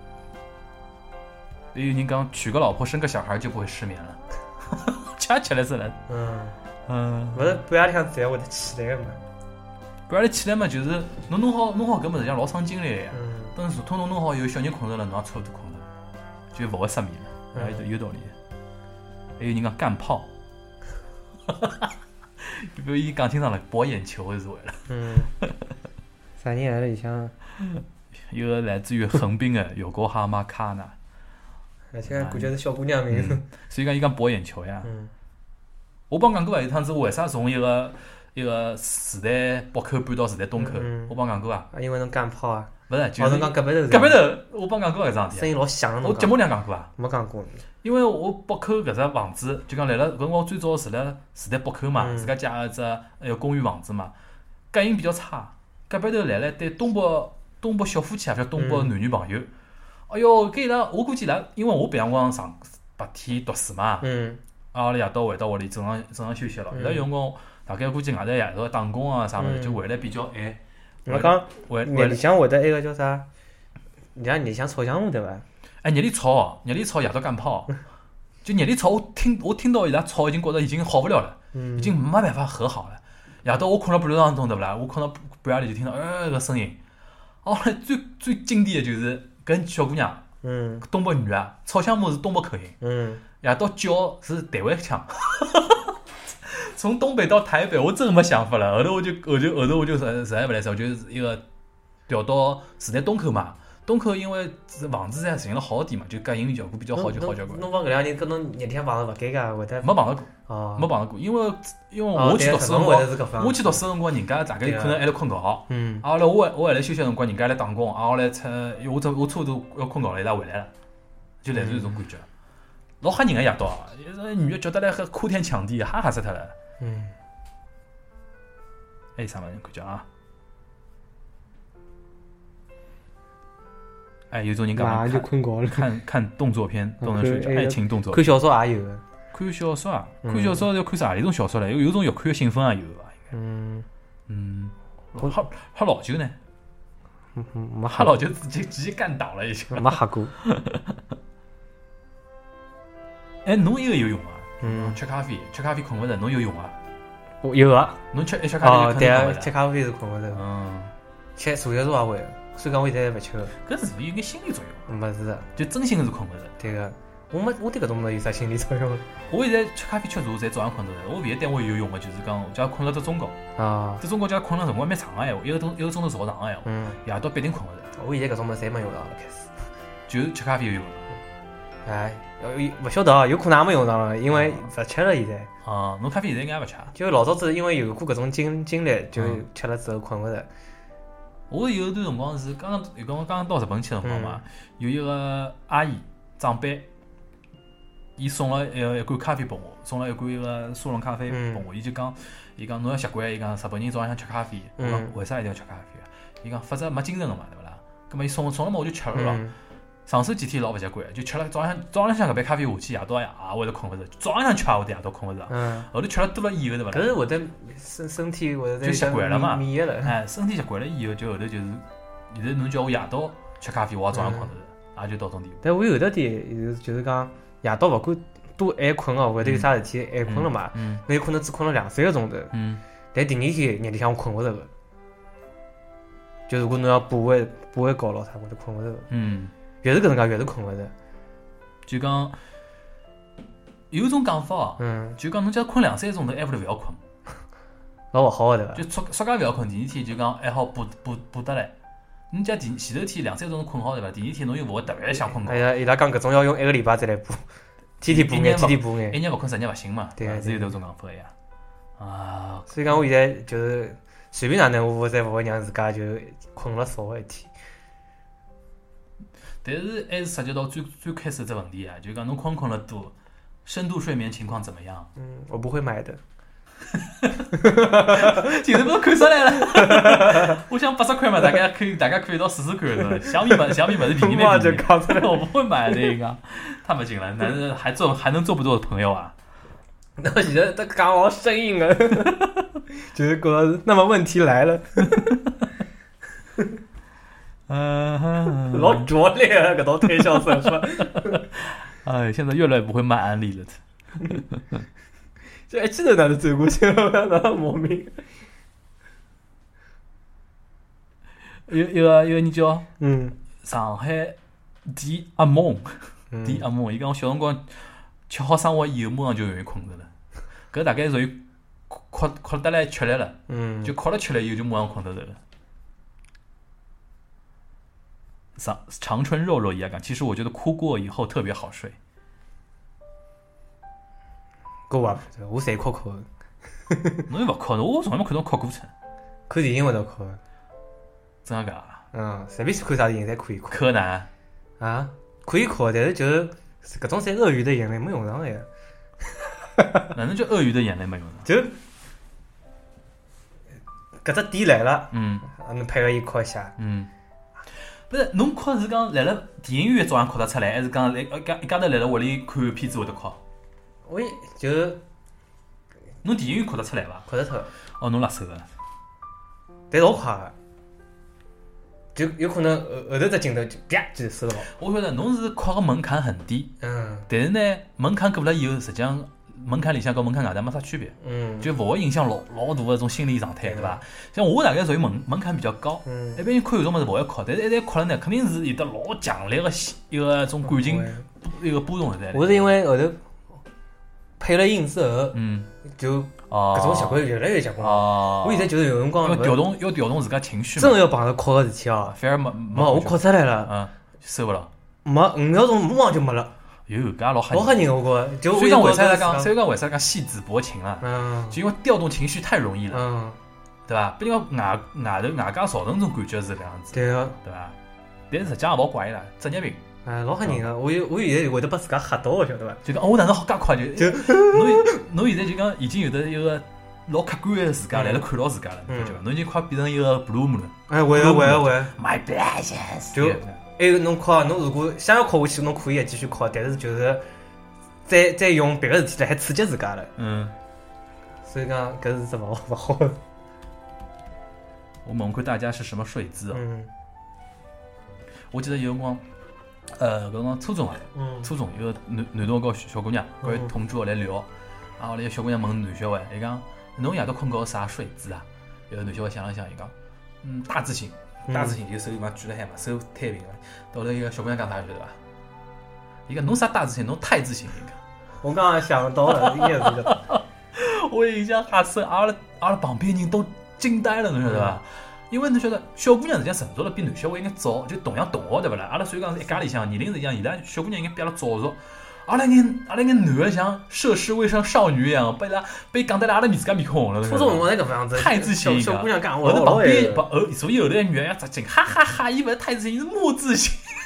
所以你讲娶个老婆生个小孩就不会失眠了，吃起来是了。嗯嗯，不是半夜里向才会得起来个嘛， 半夜里起来嘛，就是侬弄好弄好搿物事像老伤精力个呀。嗯，等传统侬弄好以后，小人困着了，侬也差不多困着，就勿会失眠了，还有有道理。还有人讲干炮，比如伊讲清爽了，博眼球是为了。嗯。 啥人来了里向？ 一个来自于横滨的有沟哈马卡纳， 而且感觉是小姑娘名字。 所以讲伊讲博眼球呀。嗯。我帮讲过啊，有趟子为啥从一个一个时代北口搬到时代东口？我帮讲过啊。 因为侬干炮啊。 勿是，就是讲隔壁头。 隔壁头，我帮讲过搿桩事体。 声音老响我节目里讲过啊。 没讲过。 因为我北口搿只房子，就讲来了搿辰光最早住辣时代北口嘛，自家借个只那个公寓房子嘛，隔音比较差。隔壁头来了对东北东北小夫妻啊，叫东北男女朋友。哎哟，搿伊拉我估计伊拉，因为我白辰光上白天读书嘛，嗯，啊，阿拉夜到回到屋里正常正常休息了。伊拉有辰光大概估计外头夜到打工啊啥物事，就回来比较晚。 我讲，夜里向会得埃个叫啥？人家里向吵相骂对伐？ 哎，夜里吵，夜里吵，夜到干炮。就夜里吵，我听我听到伊拉吵，已经觉得已经好不了了，已经没办法和好了。夜到我困到半路上头对不啦？我困到半夜里就听到呃个声音。哦，最最经典的就是跟小姑娘，嗯，东北女啊，吵相骂是东北口音，嗯，夜到叫是台湾腔。从东北到台北，我真没想法了。后头我就后就后头我就实实在不来塞，我就一个调到时代东口嘛。东口因为房子侪寻了好点嘛，就隔音效果比较好，就好交关。 侬帮搿两人跟侬日天碰着勿尴尬，会得没碰着过，哦，没碰着过，因为因为我去读书辰光，我去读书辰光，人家大概可能还辣困觉，嗯，啊后来我我还辣休息辰光，人家来打工，啊后来出我这我差不多要困觉了，伊拉回来了，就类似于这种感觉，老吓人个夜到，一女的觉得来还哭天抢地，吓吓死脱了。嗯，还有啥物事感觉啊？哎，有种人讲就困觉了， 看看动作片都能睡觉，爱情动作片。看小说也有的。 看小说啊，看小说要看啥？哪种小说嘞？有有种要看的兴奋也有伐？嗯嗯，吓吓老久呢？ 嗯嗯，没吓老久，直接直接干倒了已经。 没吓过。 哎，侬一个有用啊？嗯，吃咖啡，吃咖啡困勿着，侬有用啊？ 我有啊。 侬吃一吃咖啡哦，对啊，吃咖啡是困勿着。嗯，吃茶叶茶也会。所以讲我现在勿吃了。 搿是有眼心理作用。 没是的， 就真心是困勿着。 对个，我没我对搿种物事有啥心理作用？ 我现在吃咖啡吃茶，侪早上困着的。我唯一单位有用个就是讲，假如困了只中觉啊，只中觉假如困了辰光蛮长个闲话，一个钟一个钟头朝长个闲话，嗯，夜到必定困勿着。 我现在搿种物事侪没用到了，开始。 就吃咖啡有用。 哎，勿晓得，有可能也没用上了，因为勿吃了现在。 啊，侬咖啡现在应该勿吃？ 就老早子因为有过搿种经经历，就吃了之后困勿着。 我有段辰光是刚刚，有辰光刚刚到日本去辰光嘛，有一个阿姨， 长辈，伊送了一一罐咖啡拨我，送了一罐一个速溶咖啡拨我，伊就讲，伊讲侬要习惯，伊讲日本人早浪向吃咖啡，我讲为啥一定要吃咖啡？伊讲否则没精神个嘛，对勿啦？咁么伊送送了嘛，我就吃了咯。上手几天老勿习惯，就吃了早浪向早浪向搿杯咖啡下去，夜到也也会得困勿着。早浪向吃也会得夜到困勿着。嗯。后头吃了多了以后，对勿啦？ 搿是会得身身体会得就习惯了嘛， 免疫了。 哎，身体习惯了以后，就后头就是，现在侬叫我夜到吃咖啡，我也早浪困勿着，也就到种地步。 但我有得点就是讲夜到勿管多晚困哦，或者有啥事体晚困了嘛，侬有可能只困了两三个钟头。嗯。但第二天夜里向我困勿着个。就如果侬要补位补位高咯，啥我就困勿着。嗯，越是搿能介越是困勿着。 就讲有种讲法哦，嗯，就讲侬只要困两三个钟头，还不如勿要困， 老勿好个对伐？ 就说说介勿要困，第二天就讲还好补补补得来。侬假第前头天两三个钟头困好对伐？第二天侬又勿会特别想困觉。 哎呀，伊拉讲搿种要用一个礼拜再来补，天天补眼，天天补眼， 一日勿困十日勿醒嘛，对，是有迭种讲法呀。啊， 所以讲我现在就是。随便哪能，我侪勿会让自家就困了少一天。 但是还是涉及到最最开始这问题啊，就讲侬困困了多，深度睡眠情况怎么样？ 嗯，我不会买的。 今日不是看出来了？我想八十块嘛，大家可以大家可以到试试看的。小米嘛，小米嘛是便宜的便宜。我不会买这个，太没劲了。男人还做还能做不做朋友啊？ 那现在他讲我生硬了，就是觉得那么问题来了，嗯，老拙劣啊，搿道推销手法。 哎，现在越来越不会卖安利了。 就还记得哪里走过去了，哪莫名。 有一个一个人叫嗯上海迪阿梦，迪阿梦，伊讲我小辰光吃好生活以后，马上就容易困着了。搿大概属于哭哭得来吃力了，嗯，就哭了吃力以后就马上困得着了。长长春肉肉一样讲，其实我觉得哭过以后特别好睡。 搿我也我谁哭哭？ 侬又勿哭，我从来没看到哭过程。 看电影会得哭。 真个？ 嗯，随便看啥电影侪可以哭。 柯南啊，可以哭，但是就是搿种侪鳄鱼的眼泪没用上呀。 哪能叫鳄鱼的眼泪没用上？ 就搿只点来了，嗯，侬配合伊哭一下， 嗯。不是，侬哭是讲来了电影院早上哭得出来，还是讲来一家一家头来了屋里看片子会得哭？ 我就侬电影院哭得出来伐？ 哭得出。 哦，侬辣手个。 但老快个，就有可能后后头只镜头就啪就收了。 我觉得侬是哭个门槛很低，嗯，但是呢，门槛过了以后，实际上门槛里向跟门槛外头没啥区别，嗯，就勿会影响老老大个种心理状态，对伐？像我大概属于门门槛比较高，嗯，一般人看有种物事勿会哭，但是一旦哭了呢，肯定是有得老强烈个一个种感情一个波动在。 我是因为后头配了音之后，嗯，就搿种习惯越来越习惯了。我现在就是有辰光要调动要调动自家情绪， 真的要碰到哭个事体哦， 反而没没我哭出来了， 嗯，收勿了， 没五秒钟马上就没了。 有，搿也老吓人。老吓人，我觉着。 所以讲为啥讲？所以讲为啥讲戏子薄情啊？嗯，就因为调动情绪太容易了，嗯，对伐？比如讲外外头外加造成种感觉是搿样子， 对个， 对伐？但是实际上也勿怪伊拉，职业病。 哎，老吓人个！我有我现在会得把自家吓到，晓得伐？ 就讲我哪能好介快就就侬侬现在就讲已经有得一个老客观个自家来了看牢自家了，侬觉着侬已经快变成一个 bloom 了。 哎，会啊会啊会 ！My precious。 就还有侬哭，侬如果想要哭下去，侬可以继续哭，但是就是再再用别个事体来刺激自家了。嗯。所以讲搿是只勿勿好。 我问看大家是什么睡姿啊？嗯。我记得有辰光，呃，搿辰光初中啊，嗯，初中有个男男同学跟小姑娘，搿位同桌来聊，啊，后来小姑娘问男小孩，伊讲侬夜到困觉啥睡姿啊？有个男小孩想了想，伊讲，嗯，大字形。大字形就手嘛举了海嘛，手摊平了。到了一个小姑娘讲啥晓得伐？伊讲侬啥大字形，侬太字形伊讲。 我刚刚想到了，也是这个。 我印象哈深，阿拉阿拉旁边人都惊呆了，侬晓得伐？因为侬晓得，小姑娘实际上成熟了比男小孩应该早，就同样同学对勿啦？阿拉虽然讲是一家里向，年龄是一样，伊拉小姑娘应该比阿拉早熟。阿拉眼阿拉眼男的像涉世未深少女一样，被伊拉被讲得来阿拉面自家面孔红了。 初中我那个搿样子， 太字形， 小姑娘讲我，后头旁边不后，所以后头女的要扎劲，哈哈哈！伊勿是太字形，是木字形。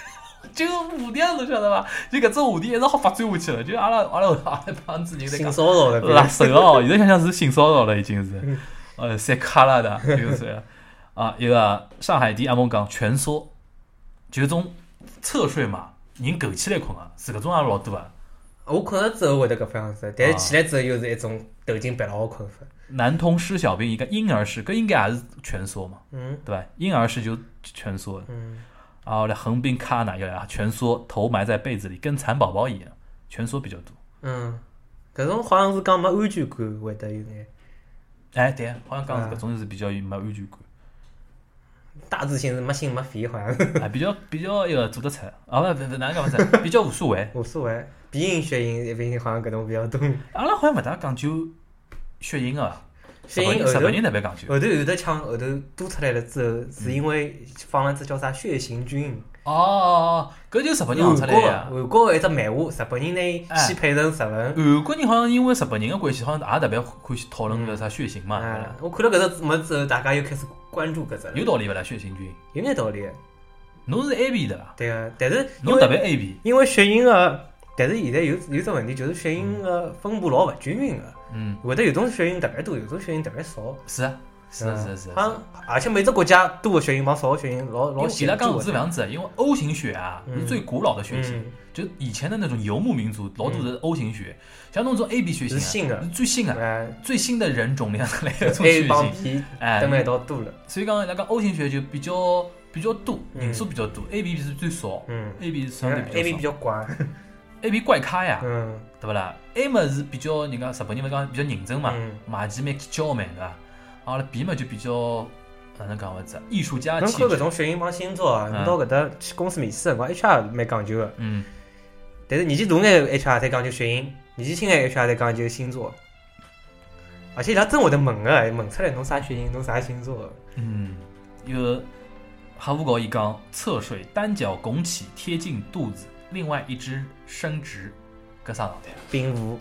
就话题侬晓得伐？就搿只话题一直好发展下去了，就阿拉阿拉阿拉帮子人在讲性骚扰了， 辣手哦，现在想想是性骚扰了，已经是，呃，塞卡拉的，就是啊，一个上海第一阿蒙讲蜷缩，就种侧睡嘛，人苟起来困啊，是搿种也老多啊。 我困了之后会得搿副样子，但是起来之后又是一种头颈别了好困法。 南通施小兵一个婴儿式，搿应该也是蜷缩嘛， 嗯， 对吧？婴儿式就蜷缩的。 嗯， 然后来横滨卡纳要呀蜷缩，头埋在被子里，跟蚕宝宝一样，蜷缩比较多。 嗯，搿种好像是讲没安全感会得有眼。 哎，对，好像讲是搿种是比较没安全感。 大字型是没心没肺，好像啊，比较比较一个做得出，啊不不不，哪能讲法子？比较无所谓。 无所谓，鼻音血音一般性好像搿种比较多。 阿拉好像勿大讲究血音个， 血音日本人特别讲究。 后头有的枪后头多出来了之后，是因为放了只叫啥血行军。 哦哦，搿就日本人行出来呀。 韩国个一只漫画，日本人呢先配成日文。 韩国人好像因为日本人个关系，好像也特别欢喜讨论搿啥血型嘛。 嗯，我看到搿只物之后，大家又开始关注搿只。 有道理勿啦？血型军有眼道理。 侬是 A B 的啦？ 对个，但是侬特别 A B。 因为血型个，但是现在有有只问题，就是血型个分布老勿均匀个。 嗯。 会得有种血型特别多，有种血型特别少。 是啊。是是是， 好像而且每只国家多个血型帮少个血型老老显著。伊拉讲是搿样子，因为 O 型血啊是最古老的血型，就以前的那种游牧民族老多是 O 型血，像那种 A B 血型是新的， 最新的，最新的人种量来的种血型， 哎，等来一道多了。 所以讲，伊拉讲 O 型血就比较比较多，人数比较多 ，A B 是最少，嗯 ，A B 是相对比较少 ，A B 比较乖 ，A B 怪咖呀， 嗯， 对不啦 ？A 嘛是比较人家日本人嘛讲比较认真嘛，马奇蛮娇蛮的。阿拉 B 嘛就比较哪能讲法子，艺术家气质。 侬看搿种血型帮星座啊，侬到搿搭去公司面试辰光 ，H R 蛮讲究个。 嗯。 但是年纪大眼 H R 才讲究血型，年纪轻眼 H R 才讲究星座。而且伊拉真会得问个，问出来侬啥血型，侬啥星座。 嗯，一个哈佛稿一讲，侧睡，单脚拱起，贴近肚子，另外一只伸直，搿啥状态？ 冰壶。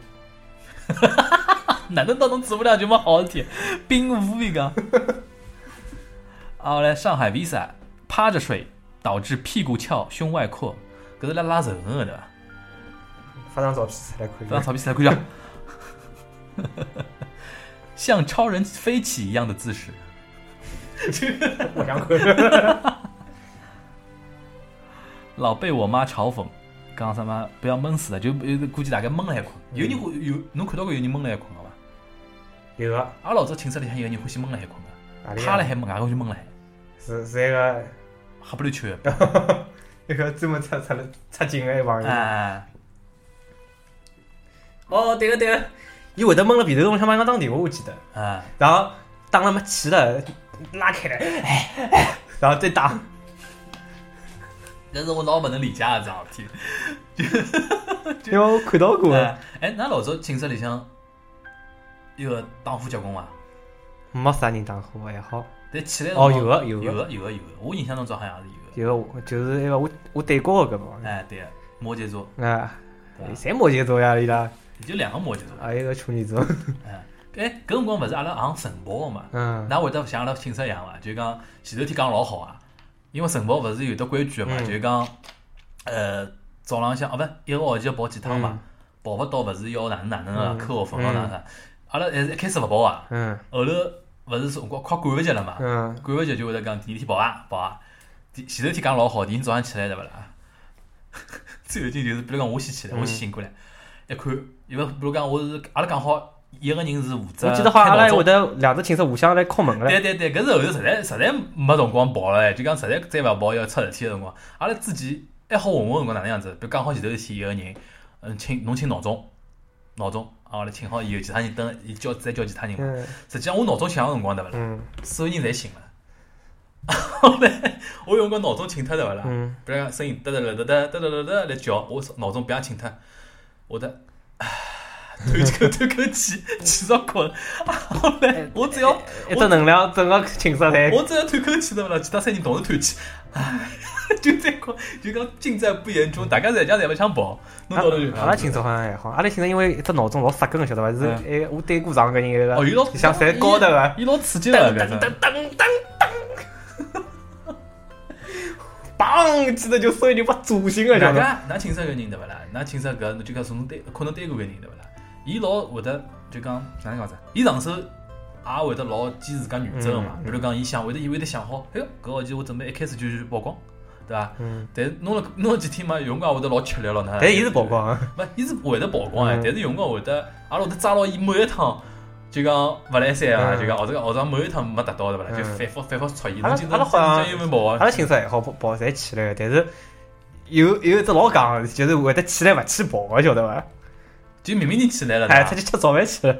哪能到侬做不了就没好事体？冰壶一个。后来上海 Visa 趴着睡，导致屁股翘，胸外扩，搿是来拉仇恨的对伐？ 发张照片出来看， 发张照片出来看下。像超人飞起一样的姿势。 我想看。老被我妈嘲讽。讲什么不要闷死了，就估计大概闷了还困。有人会有侬看到过有人闷了还困个伐？ 有个。 阿老早寝室里向有人欢喜闷了还困个，趴了还闷，外头就闷了还。 是是一个哈不溜秋的， 一个专门出出了出镜的一帮人。 哎。 哦，对个对个，伊会得闷了鼻头洞，想帮人打电话，我记得。 啊。 然后打了没气了，拉开了，哎哎，然后再打。 但是我老不能理解啊，这样事体，因为我看到过。 哎，那老早寝室里向有个打呼结棍伐？ 没啥人打呼还好。 但起来哦，有个有个有个有个有个，我印象当中好像是有个。有个就是那个我我对过个嘛。 哎，对，摩羯座。 啊，谁摩羯座呀？伊拉？ 就两个摩羯座。 还有一个处女座。 哎，哎，搿辰光勿是阿拉行晨跑个嘛？ 嗯。 哪会得像阿拉寝室一样伐？就讲前头天讲老好啊。因为晨跑勿是有得规矩个嘛，就是讲，呃，早浪向啊，勿一个号期要跑几趟嘛，跑勿到勿是要哪能哪能个扣学分咯哪能？阿拉还是一开始勿跑啊，后头勿是辰光快赶勿及了嘛，赶勿及就会得讲第二天跑啊跑啊，前头天讲老好，第二天早上起来对勿啦？最后劲就是比如讲我先起来，我先醒过来，一看，因为比如讲我是阿拉讲好。一个人是负责， 我记得好，阿拉会得两只寝室互相来敲门个。 对对对，搿是后头实在实在没辰光跑了，就讲实在再勿跑要出事体个辰光，阿拉自己还好混混辰光哪能样子？比如讲好前头一天一个人，嗯，请侬请闹钟，闹钟，啊，阿拉请好以后，其他人等，伊叫再叫其他人嘛。实际上我闹钟响个辰光对勿啦？所有人侪醒了。后来我用个闹钟请脱对勿啦？比如讲声音哒哒哒哒哒哒哒哒来叫，我闹钟不要请脱，我的。吐口吐口气，气着困。后来我只要一只能量整个寝室来， 我只要吐口气对勿啦？其他三人同时吐气，唉，就在困，就讲尽在不言中。大家在家侪勿想跑，侬到头就。 阿拉寝室好像还好，阿拉寝室因为一只闹钟老杀根个，晓得伐？是哎，我对过上个人一个， 哦，伊老像在高头个， 伊老刺激个， 噔噔噔噔噔噔，砰！ 砰，记得就所有人把诛心了， 大家㑚寝室个人对勿啦？㑚寝室搿就讲从对可能对过个人对勿啦？伊老会得就讲哪能讲子？伊上手也会得老坚持自家原则个嘛。比如讲，伊想会得伊会得想好，哎哟，搿学期我准备一开始就去曝光，对伐？嗯。但是弄了弄了几天嘛，有辰光会得老吃力了呢。 但伊是曝光啊， 勿，伊是会得曝光哎，但是有辰光会得，阿拉会得抓牢伊每一趟。就讲勿来三啊，就讲学这个学堂每一趟没达到对勿啦？就反复反复戳伊。 阿拉阿拉好像有没跑啊？ 阿拉寝室爱好跑侪起来，但是有有一只老戆，就是会得起来勿去跑个，晓得伐？ 就明明人起来了， 哎，他就吃早饭去了。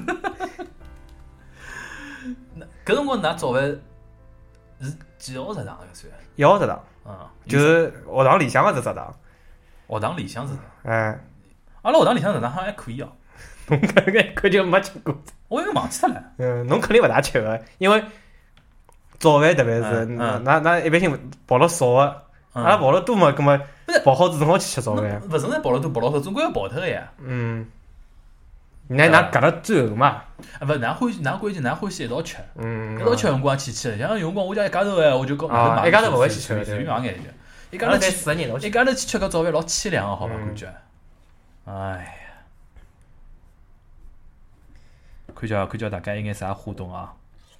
那搿辰光㑚早饭是几号食堂个算？ 一号食堂， 嗯， 就是学堂里向个只食堂。 学堂里向食堂， 哎， 阿拉学堂里向食堂好像还可以哦。 侬搿个可就没吃过。 我又忘记脱了。 嗯，侬肯定勿大吃个，因为早饭特别是，那那一般性跑了少个，阿拉跑了多嘛，葛末跑好子正好去吃早饭。 勿存在跑了多跑了少，总归要跑脱个呀。 嗯，那㑚夹到最后嘛？ 啊，勿，㑚欢喜，㑚关键㑚欢喜一道吃。嗯，一道吃辰光去吃，像有辰光我家一家头哎，我就讲啊，一家头勿会去吃， 随便买眼就。一家头去四个人， 一家头去吃搿早饭老凄凉个，好伐？感觉。哎。看叫看叫大家有眼啥互动啊？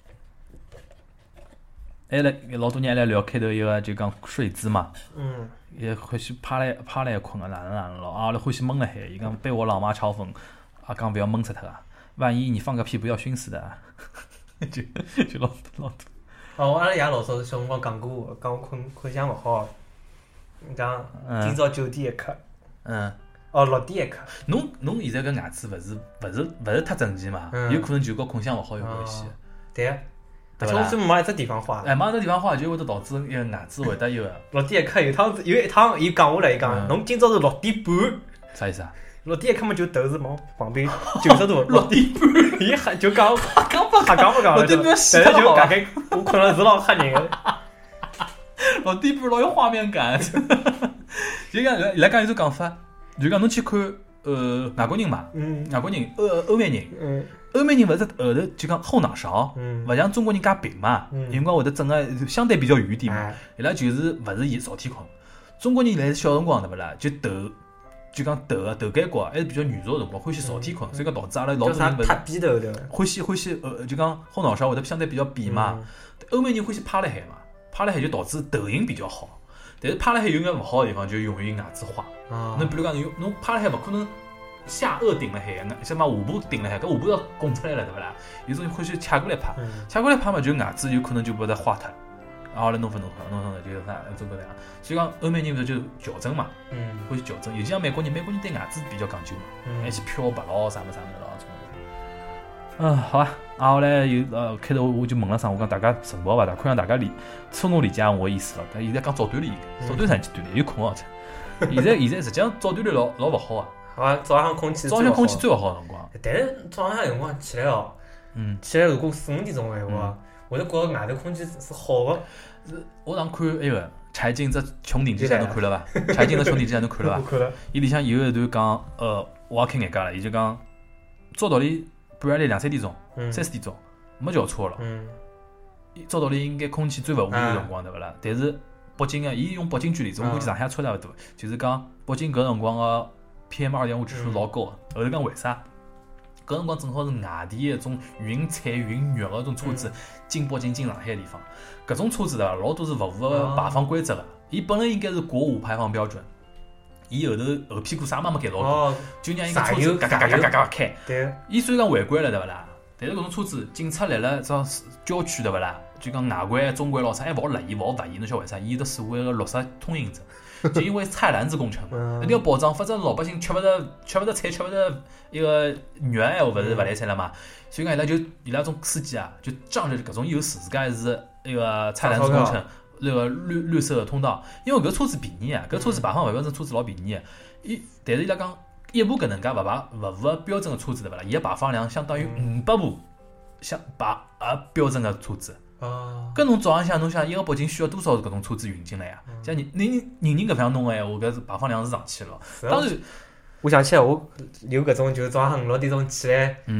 还来老多人还来聊开头一个就讲睡姿嘛。嗯。也欢喜趴来趴来困个哪能哪能咯？啊，来欢喜闷辣海。伊讲被我老妈嘲讽，啊讲不要闷死他啊！万一你放个屁不要熏死的。就就老多老多。 哦，阿拉爷老早小辰光讲过，讲我困困相勿好，讲今朝九点一刻。嗯。哦，六点一刻。 侬侬现在搿牙齿勿是勿是勿是太整齐嘛？有可能就跟困相勿好有关系。 对啊。而且我专门往一只地方花。 哎，往一只地方花就会得导致一个牙齿会得一个。 六点一刻有趟有一趟，伊讲下来，伊讲侬今朝是六点半。 啥意思啊？ 六点一刻嘛，就头是往旁边九十度。 六点半， 伊还就讲讲不讲讲不讲？ 六点半洗但是就大概我困了是老吓人个。 六点半老有画面感。就讲伊拉讲有种讲法。就讲侬去看，呃，外国人嘛，外国人，欧欧美人，欧美人勿是后头就讲后脑勺，勿像中国人介平嘛，有辰光会得整个相对比较圆点嘛，伊拉就是勿是以朝天困，中国人来是小辰光对勿啦，就头就讲头个头盖骨还是比较软弱个辰光，欢喜朝天困，所以讲导致阿拉老多人勿是扁头对伐？ 欢喜欢喜呃就讲后脑勺会得相对比较扁嘛，欧美人欢喜趴辣海嘛，趴辣海就导致头型比较好。但是趴辣海有眼勿好个地方，就容易牙齿花。侬比如讲，侬侬趴辣海勿可能下颚顶辣海，什么下巴顶辣海，搿下巴要拱出来了，对勿啦？有种人欢喜掐过来趴，掐过来趴嘛，就牙齿有可能就会得花脱。然后来弄分弄分弄弄就是啥，做搿样。所以讲欧美人勿就矫正嘛，欢喜矫正。尤其像美国人，美国人对牙齿比较讲究嘛，还去漂白咯，啥么啥么咯，种。嗯，好啊。啊，后来有呃，开头我就问了声，我讲大家晨跑伐？大看让大家理充分理解我意思了。但现在讲早锻炼，早锻炼啥去锻炼？有空哦，现在现在实际上早锻炼老老勿好啊。 好啊，早上空气早上空气最勿好个辰光。 但是早上有辰光起来哦，嗯，起来如果四五点钟个闲话，我就觉着外头空气是好个。 是我上看那个柴静只穹顶之下，侬看了伐？柴静只穹顶之下，侬看了伐？ 我看了。 伊里向有一段讲，呃，我也开眼界了。伊就讲，照道理。半夜里两三点钟、三四点钟没轿车了。嗯，照道理应该空气最勿污染个辰光，对勿啦？但是北京个，伊用北京举例子，我估计上海差勿多。就是讲北京搿辰光个 P M 二点五指数老高个。后头讲为啥？搿辰光正好是外地一种运菜运肉个种车子进北京、进上海个地方。搿种车子对伐？老多是勿符合排放规则个。伊本来应该是国五排放标准。伊后头后屁股啥嘛没改老多，就让伊个车子嘎嘎嘎嘎嘎嘎开。对。伊虽然讲违规了，对勿啦？但是搿种车子警察来了，这郊区对勿啦？就讲外环、中环老啥还勿好勒伊，勿好罚伊，侬晓得为啥？伊有得所谓个绿色通行证，就因为菜篮子工程嘛，一定要保障，否则老百姓吃勿着、吃勿着菜、吃勿着一个肉闲话，勿是勿来塞了嘛？所以讲伊拉就伊拉种司机啊，就仗着搿种优势，自家是一个菜篮子工程。那个绿绿色的通道，因为搿车子便宜啊，搿车子排放勿标准，车子老便宜个。伊但是伊拉讲一部搿能介勿排勿符合标准个车子对勿啦？伊个排放量相当于五百部相排呃标准个车子。哦。搿侬早浪向侬想一个北京需要多少搿种车子运进来呀？像人人人人搿方弄个闲话，搿是排放量是上去了。当然， 我想起来，我有搿种就是早上五六点钟起来，嗯，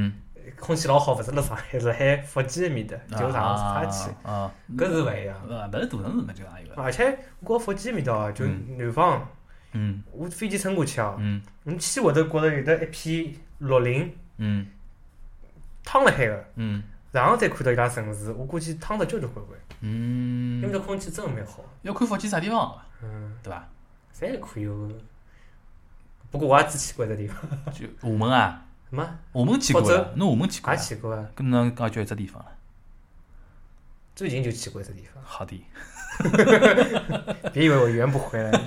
空气老好，勿是辣上海，是海福建面搭，就上差气， 啊， 搿是勿一样。 呃，勿是大城市嘛，就也有个。 而且我福建面搭就南方， 嗯， 我飞机乘过去啊， 嗯， 侬去会得觉着有得一片绿林， 嗯， 趟辣海个， 嗯， 然后再看到伊拉城市，我估计趟得交交关关。 嗯， 因为这空气真的蛮好。 要看福建啥地方， 嗯， 对伐？ 侪可以有。不过我也只去过一只地方。 就厦门啊， 什么？ 厦门去过了，侬厦门去过也了？ 去过啊。 跟侬讲就一只地方了。 最近就去过一只地方。 好的。 别以为我圆不回来。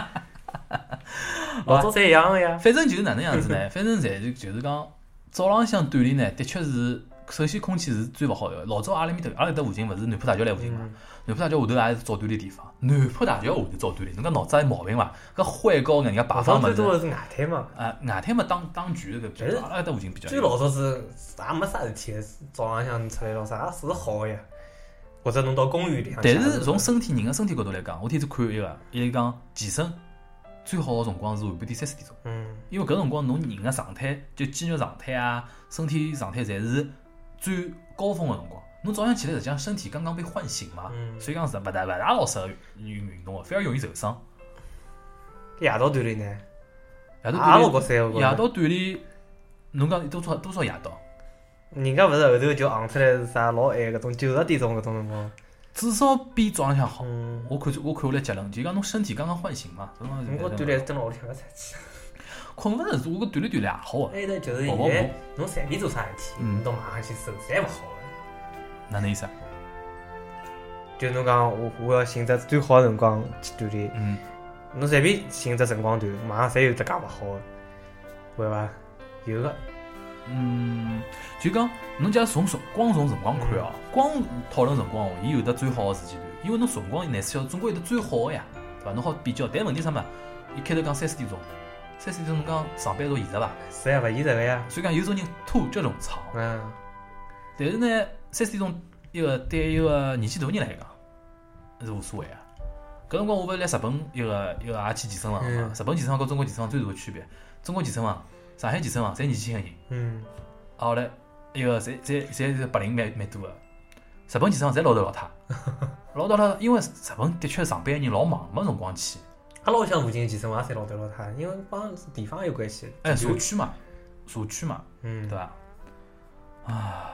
老早侪一样个呀。 反正就是哪能样子呢？反正侪是就是讲早浪向锻炼呢，的确是首先空气是最勿好个。老早阿拉面搭阿拉搭附近勿是南浦大桥来附近嘛？南浦大桥下头也是早锻炼地方。南浦大桥下头早锻炼，侬讲脑子有毛病伐？搿欢高人家排放物事。 最多的是外滩嘛。 啊，外滩嘛，打打拳搿个，阿拉搭附近比较。 最老早是也没啥事体，早浪向出来咯啥是好个呀。或者侬到公园里向。 但是从身体人个身体角度来讲，我天天看一个，伊讲健身最好个辰光是下半天三四点钟。 嗯。因为搿辰光侬人个状态，就肌肉状态啊，身体状态侪是最高峰个辰光。侬早上起来实际上身体刚刚被唤醒嘛， 嗯、 所以讲是勿大勿大老适合运运动个，反而容易受伤。 夜到锻炼呢？ 夜到锻炼， 夜到锻炼，侬讲多少多少夜到？ 人家勿是后头就行出来是啥老晚搿种九十点钟搿种辰光， 至少比早浪向好。 嗯、 我看我看下来结论，就讲侬身体刚刚唤醒嘛。 我锻炼是蹲辣屋里向个才去。 困勿着，我搿锻炼锻炼也好个。 还有就是现在侬随便做啥事体，侬到马上去受，侪勿好个。 哪能意思啊？ 就侬讲我我要寻只最好个辰光去锻炼， 嗯， 侬随便寻只辰光段，马上侪有只介勿好个，会伐？有个。 嗯，就讲侬假如从辰光从辰光看哦，光讨论辰光哦，伊有得最好个时间段，因为侬辰光廿四小时总归有得最好个呀，对伐？侬好比较，但问题啥嘛？伊开头讲三四点钟，三四点钟侬讲上班族现实伐？ 是呀，勿现实个呀。 所以讲有种人拖脚弄长， 嗯， 但是呢，三四点钟一个对一个年纪大人来讲是无所谓个。搿辰光我勿是来日本一个一个也去健身房嘛？ 嗯、 日本健身房和中国健身房最大个区别，中国健身房。上海健身房侪年纪轻个人， 嗯， 啊后来一个侪侪侪是白领蛮蛮多个，日本健身房侪老头老太，老头老太，因为日本的确上班人老忙，没辰光去。 阿拉屋里向附近健身房也侪老头老太，因为帮地方有关系。 哎，社区嘛，社区嘛， 嗯， 对伐？啊，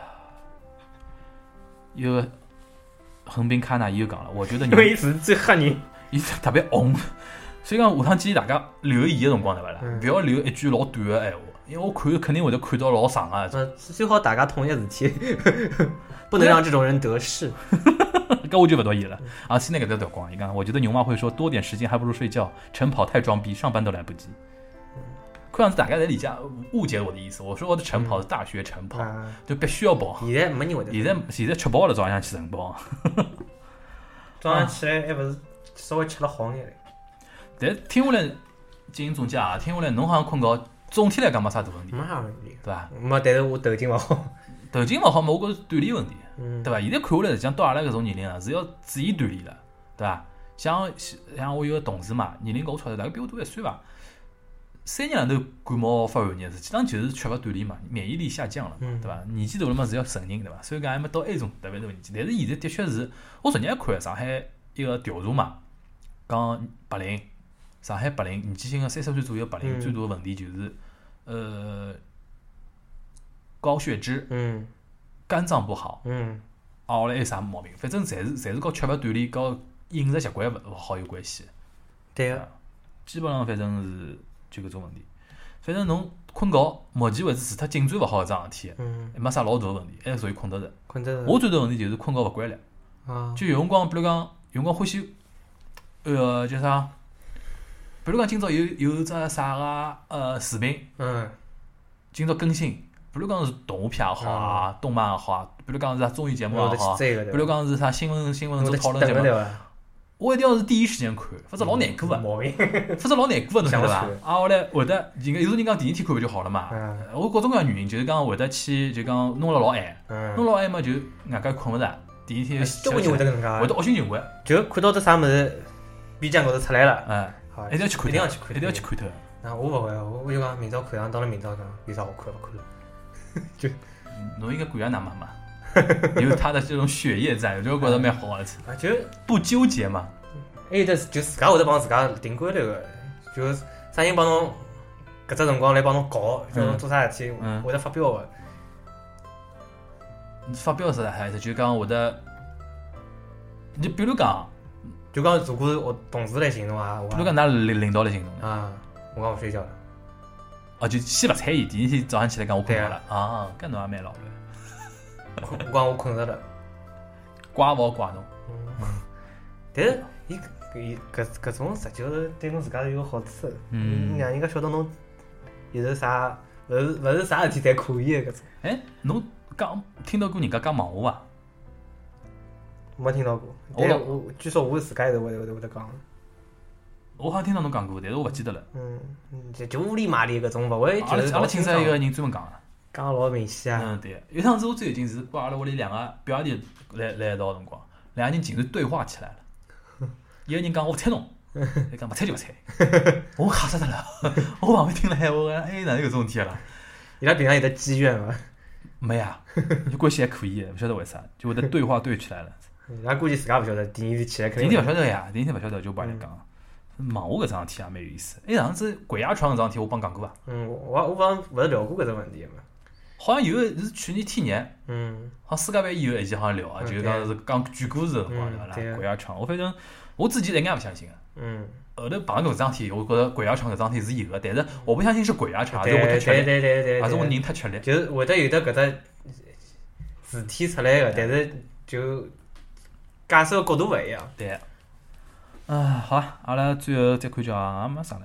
一个横滨卡纳伊又讲了，我觉得你因为伊是最吓人， 伊特别红。所以讲，下趟建议大家留言个辰光对伐啦？ 嗯、 不要留一句老短个闲话，因为我看肯定会得看到老长个。 呃，最好大家同一事体，不能让这种人得势。 搿我就勿同意了。啊，现在搿只条光，你看，我觉得牛妈会说多点时间还不如睡觉，晨跑太装逼，上班都来不及。看样子大家在理解误解我的意思。我说我的晨跑是大学晨跑， 嗯、 就必须要跑。 现在没人会得。 现在现在吃饱了早上去晨跑。 早上起来还不是稍微吃了好眼嘞。 但听下来进行总结啊，听下来侬好像困觉，总体来讲没啥大问题， 没啥问题， 对伐？ 没，但是我头颈勿好， 头颈勿好嘛，我觉着锻炼问题， 嗯， 对伐？现在看下来，实际上到阿拉搿种年龄啊，是要注意锻炼了，对伐？像像我有个同事嘛，年龄跟我差头，大概比我多一岁伐，三年两头感冒发寒热，实际上就是缺乏锻炼嘛，免疫力下降了， 嗯、 对伐？年纪大了嘛是要承认，对伐？所以讲还没到埃种特别大年纪，但是现在的确是，我昨日看上海一个调查嘛，讲白领。上海白领年纪轻个三十岁左右白领、嗯、最大的问题就是，呃，高血脂， 嗯， 肝脏不好， 嗯， 啊，后来还有啥毛病？反正侪是侪是跟缺乏锻炼、跟饮食习惯勿好有关系。 对个、 啊，基本上反正是就搿种问题。反正侬困觉，目前为止除脱颈椎勿好搿桩事体， 嗯， 没啥老大个问题，还属于困得着。 困得着。 我最大问题就是困觉勿规律。 啊， 就有辰光，比如讲，有辰光欢喜，呃，叫啥？比如讲，今朝有有只啥个呃视频， 嗯， 今朝更新，比如讲是动画片也好啊，动漫也好啊，比如讲是啥综艺节目也好，比如讲是啥新闻新闻做讨论节目，我一定要是第一时间看，否则老难过啊，否则老难过啊，侬晓得伐？啊，后来会得，人家有人讲第一天看勿就好了嘛？我各种各样原因，就是讲会得去，就讲弄了老晚，弄老晚嘛就外加困勿着，第一天交关人会得搿能介， 会得恶性循环， 就看到只啥物事 B 站高头出来了， 哎。一定要去看， 一定要去看， 一定要去看透。 那我勿会，我我就讲明朝看上，到了明朝讲有啥好看勿看了，就侬应该管下㑚妈妈。有他的这种血液在，我就觉得蛮好的。 啊，就不纠结嘛。 还有的就自家会得帮自家定规律个，就啥人帮侬搿只辰光来帮侬搞，叫侬做啥事体， 嗯、 会得发表个。 发表是还是就讲会得，你比如讲， 就讲如果我同事来寻侬啊， 比如讲㑚领领导来寻侬啊，我讲我睡觉了。 啊，就先勿睬伊，第二天早上起来讲我困觉了啊，搿侬也蛮老了。 我讲我困着了， 怪勿怪侬。 嗯，但是伊伊搿搿种实际是对侬自家是有好处的，嗯，让人家晓得侬有时啥，勿是勿是啥事体侪可以的搿种。 哎，侬讲听到过人家讲忙话伐？ 没听到过，但我据说我自家也是会会会得讲。 我好像听到侬讲过，但是我勿记得了。 嗯，就就屋里买的搿种勿会， 阿拉阿拉寝室有个人专门讲个。 讲老明显啊！ 嗯，对。有趟子我最有劲是帮阿拉屋里两个表弟来来一道辰光，两个人竟然对话起来了。一个人讲我睬侬，伊讲勿睬就勿睬。我吓死脱了！我旁边听了海，我讲哎哪能有种事体啦？ 伊拉平常有得积怨伐？ 没啊，就关系还可以，勿晓得为啥，就会得对话对起来了。 伊拉估计自家勿晓得，第二天起来肯定。 第二天勿晓得呀，第二天勿晓得就帮伊拉讲。忙活搿桩事体也蛮有意思。哎，上次鬼压床搿桩事体我帮讲过伐？ 嗯，我我帮勿是聊过搿只问题嘛？ 好像有个是去年天热， 嗯， 好像世界杯以后一期好像聊啊，就是讲是讲举故事的辰光对伐？鬼压床，我反正我之前一眼也勿相信个。 嗯。 后头碰到搿桩事体，我觉着鬼压床搿桩事体是有个，但是我不相信是鬼压床，还是我太吃力， 对对对， 还是我人太吃力， 就是会得有得搿只事体出来个，但是就解释个角度勿一样。 对。啊，好，阿拉最后再看叫也没啥了。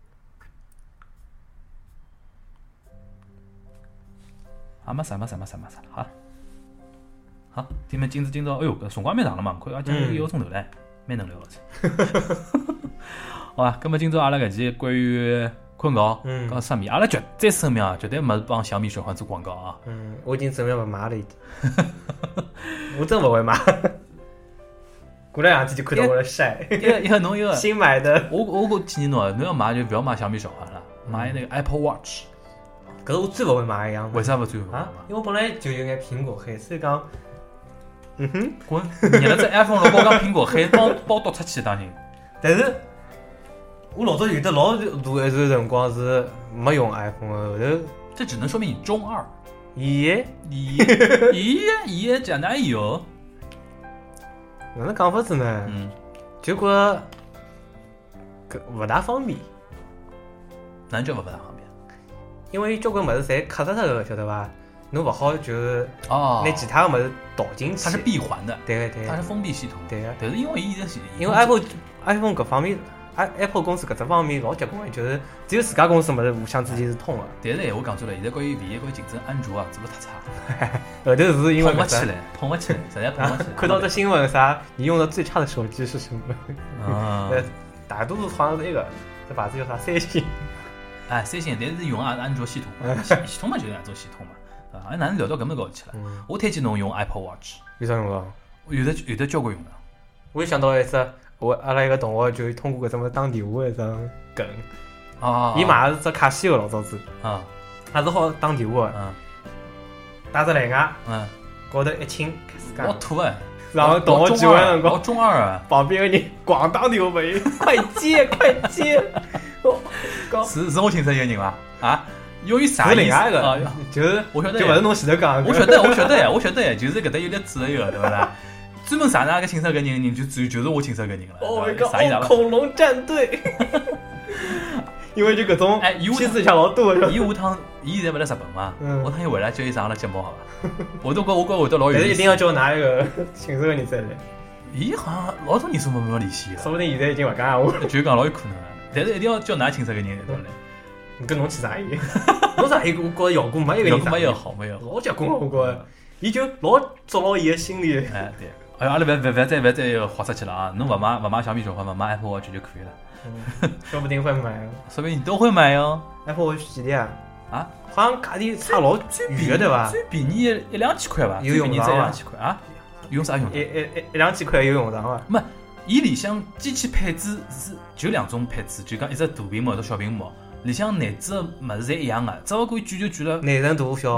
也没啥，没啥，没啥，没啥，好。好，听们今朝今朝，哎哟，搿辰光蛮长了嘛，看也讲了一个钟头唻，蛮能聊个。好吧，葛末今朝阿拉搿期关于困觉讲失眠，阿拉绝再声明啊，绝对没帮小米手环做广告啊。 嗯，我已经准备勿买了已经。我真勿会买。过两天就看到我了晒。 一个一个侬一个新买的。 我我我建议侬，侬要买就不要买小米手环了，买那个 Apple Watch。 搿是我最勿会买一样。 为啥勿最勿会买？ 因为我本来就有眼苹果黑，所以讲，嗯哼， 滚！你了只 iPhone 老高讲苹果黑，帮帮读出去当心。 但是，我老早有的老大一段辰光是没用 iPhone 的，后头这只能说明你中二。 咦咦咦咦，讲哪有？ 哪能讲法子呢？ 嗯， 结果搿勿大方便。 哪叫勿大方便？ 因为交关物事侪卡着脱个，晓得伐？侬勿好就是哦， 拿其他个物事导进去。 它是闭环的， 对个对个， 它是封闭系统。 对个， 但是因为伊是因为 Apple iPhone 搿方面。Apple 公司搿只方面老结棍，就是只有自家公司物事互相之间是通个。 但是闲话讲出来，现在关于唯一关于竞争，安卓啊做得太差。 后头是因为捧勿起来，捧勿起来，实在捧勿起来。 看到这新闻啥，你用的最差的手机是什么？ 啊， 大多数好像是那个，这牌子叫啥？三星。 哎，三星，但是用也是安卓系统嘛，系系统嘛就是安卓系统嘛。啊，哎，哪能聊到搿么高头去了？我推荐侬用 Apple Watch。 有啥用啊？ 有的有的交关用的。 我也想到一只。我阿拉一个同学就通过搿种打电话一张梗， 啊， 伊买的是只卡西欧老早子， 啊， 还是好打电话， 嗯， 带只蓝牙， 嗯， 高头一亲开始讲， 老土哎， 然后同学聚会辰光， 老中二啊， 旁边个人狂打电话拨伊，快接快接， 是是我亲戚一个人伐？啊，由于啥意思？另外一个啊， 就是我晓得， 就勿是侬前头讲， 我晓得我晓得我晓得，就是搿搭有粒子一个，对勿啦？专门啥那个亲戚搿人人就只有就是我亲戚搿人了。 哦，一个哦，恐龙战队。因为就搿种哎，伊气势强老多。 伊下趟伊现在勿辣日本嘛，下趟伊回来叫伊上阿拉节目好伐？我都觉我觉会得老有意思。 但是一定要叫哪一个亲戚个人再来。 伊好像老多年数没没联系了。 说不定现在已经勿讲闲话。 就讲老有可能，但是一定要叫㑚亲戚个人一道来。 你跟侬去啥意？侬啥意？我觉着效果没一个人。 效果没有好，没有老结棍，我觉着。伊就老捉牢伊个心里。 哎，对。哎呀，阿拉勿勿勿再勿再豁出去了啊！侬勿买勿买小米手环，勿买 Apple Watch 就可以了。 嗯，说不定会买。 说不定你都会买哟。 Apple Watch 几钿啊？ 啊， 好像价钿差老远对伐？ 最便宜一两千块伐？ 有用场一两千块啊？用啥用？ 一一一一两千块有用场伐？ 没，伊里向机器配置是就两种配置，就讲一只大屏幕，一只小屏幕，里向内置个物事侪一样个，只勿过卷就卷了。 内层大小。 不是。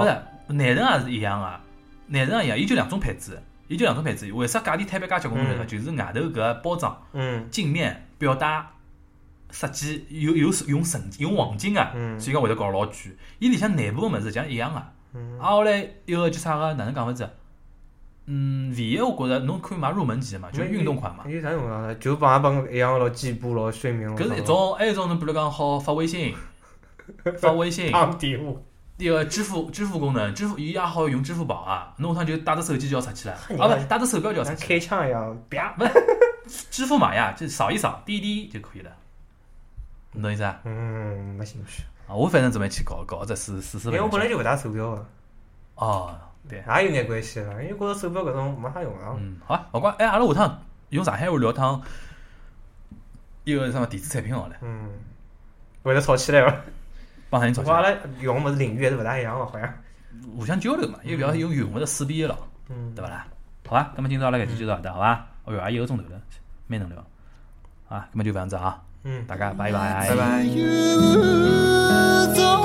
内存也是一样个，内存也一样，伊就两种配置，伊就两种配置。为啥价钿摊板介结棍呢？ 嗯就是外头搿包装， 嗯镜面表带设计有有用纯用黄金个， 嗯所以讲会得搞老贵。伊里向内部个物事实际上一样个。 嗯啊，后来一个叫啥个？哪能讲法子？嗯，唯一我觉着侬可以买入门级个嘛，就是运动款嘛。 有啥用啊？就帮帮一样咯，计步咯，睡眠咯。 搿是一种，还有一种侬比如讲好发微信，发微信， 打电话。 一个支付支付功能，支付伊也好用支付宝啊，侬下趟就带着手机就要出去了，啊不，带着手表就要出像去。 开枪一样，啪！ 不，支付码呀，就扫一扫，滴滴就可以了，侬懂意思啊？ 嗯，没兴趣。 啊，我反正准备去搞搞这试试试。 因为我本来就勿戴手表个。 哦，对， 也有眼关系啦，因为觉着手表搿种没啥用啊。 嗯，好啊，勿怪，哎，阿拉下趟用上海话聊趟一个什么电子产品好了， 嗯，会得吵起来伐？ 帮人吵起我阿来， 拉用物事领域还是勿大一样个，好像。 互相交流嘛，又勿要用用物事撕逼了， 嗯， 对勿啦？好啊，咁么今朝阿拉搿期就到搿搭，好伐？哦哟，也一个钟头了，蛮能聊。好啊，咁么就搿样子啊， 嗯， 大家拜拜， 拜拜。 You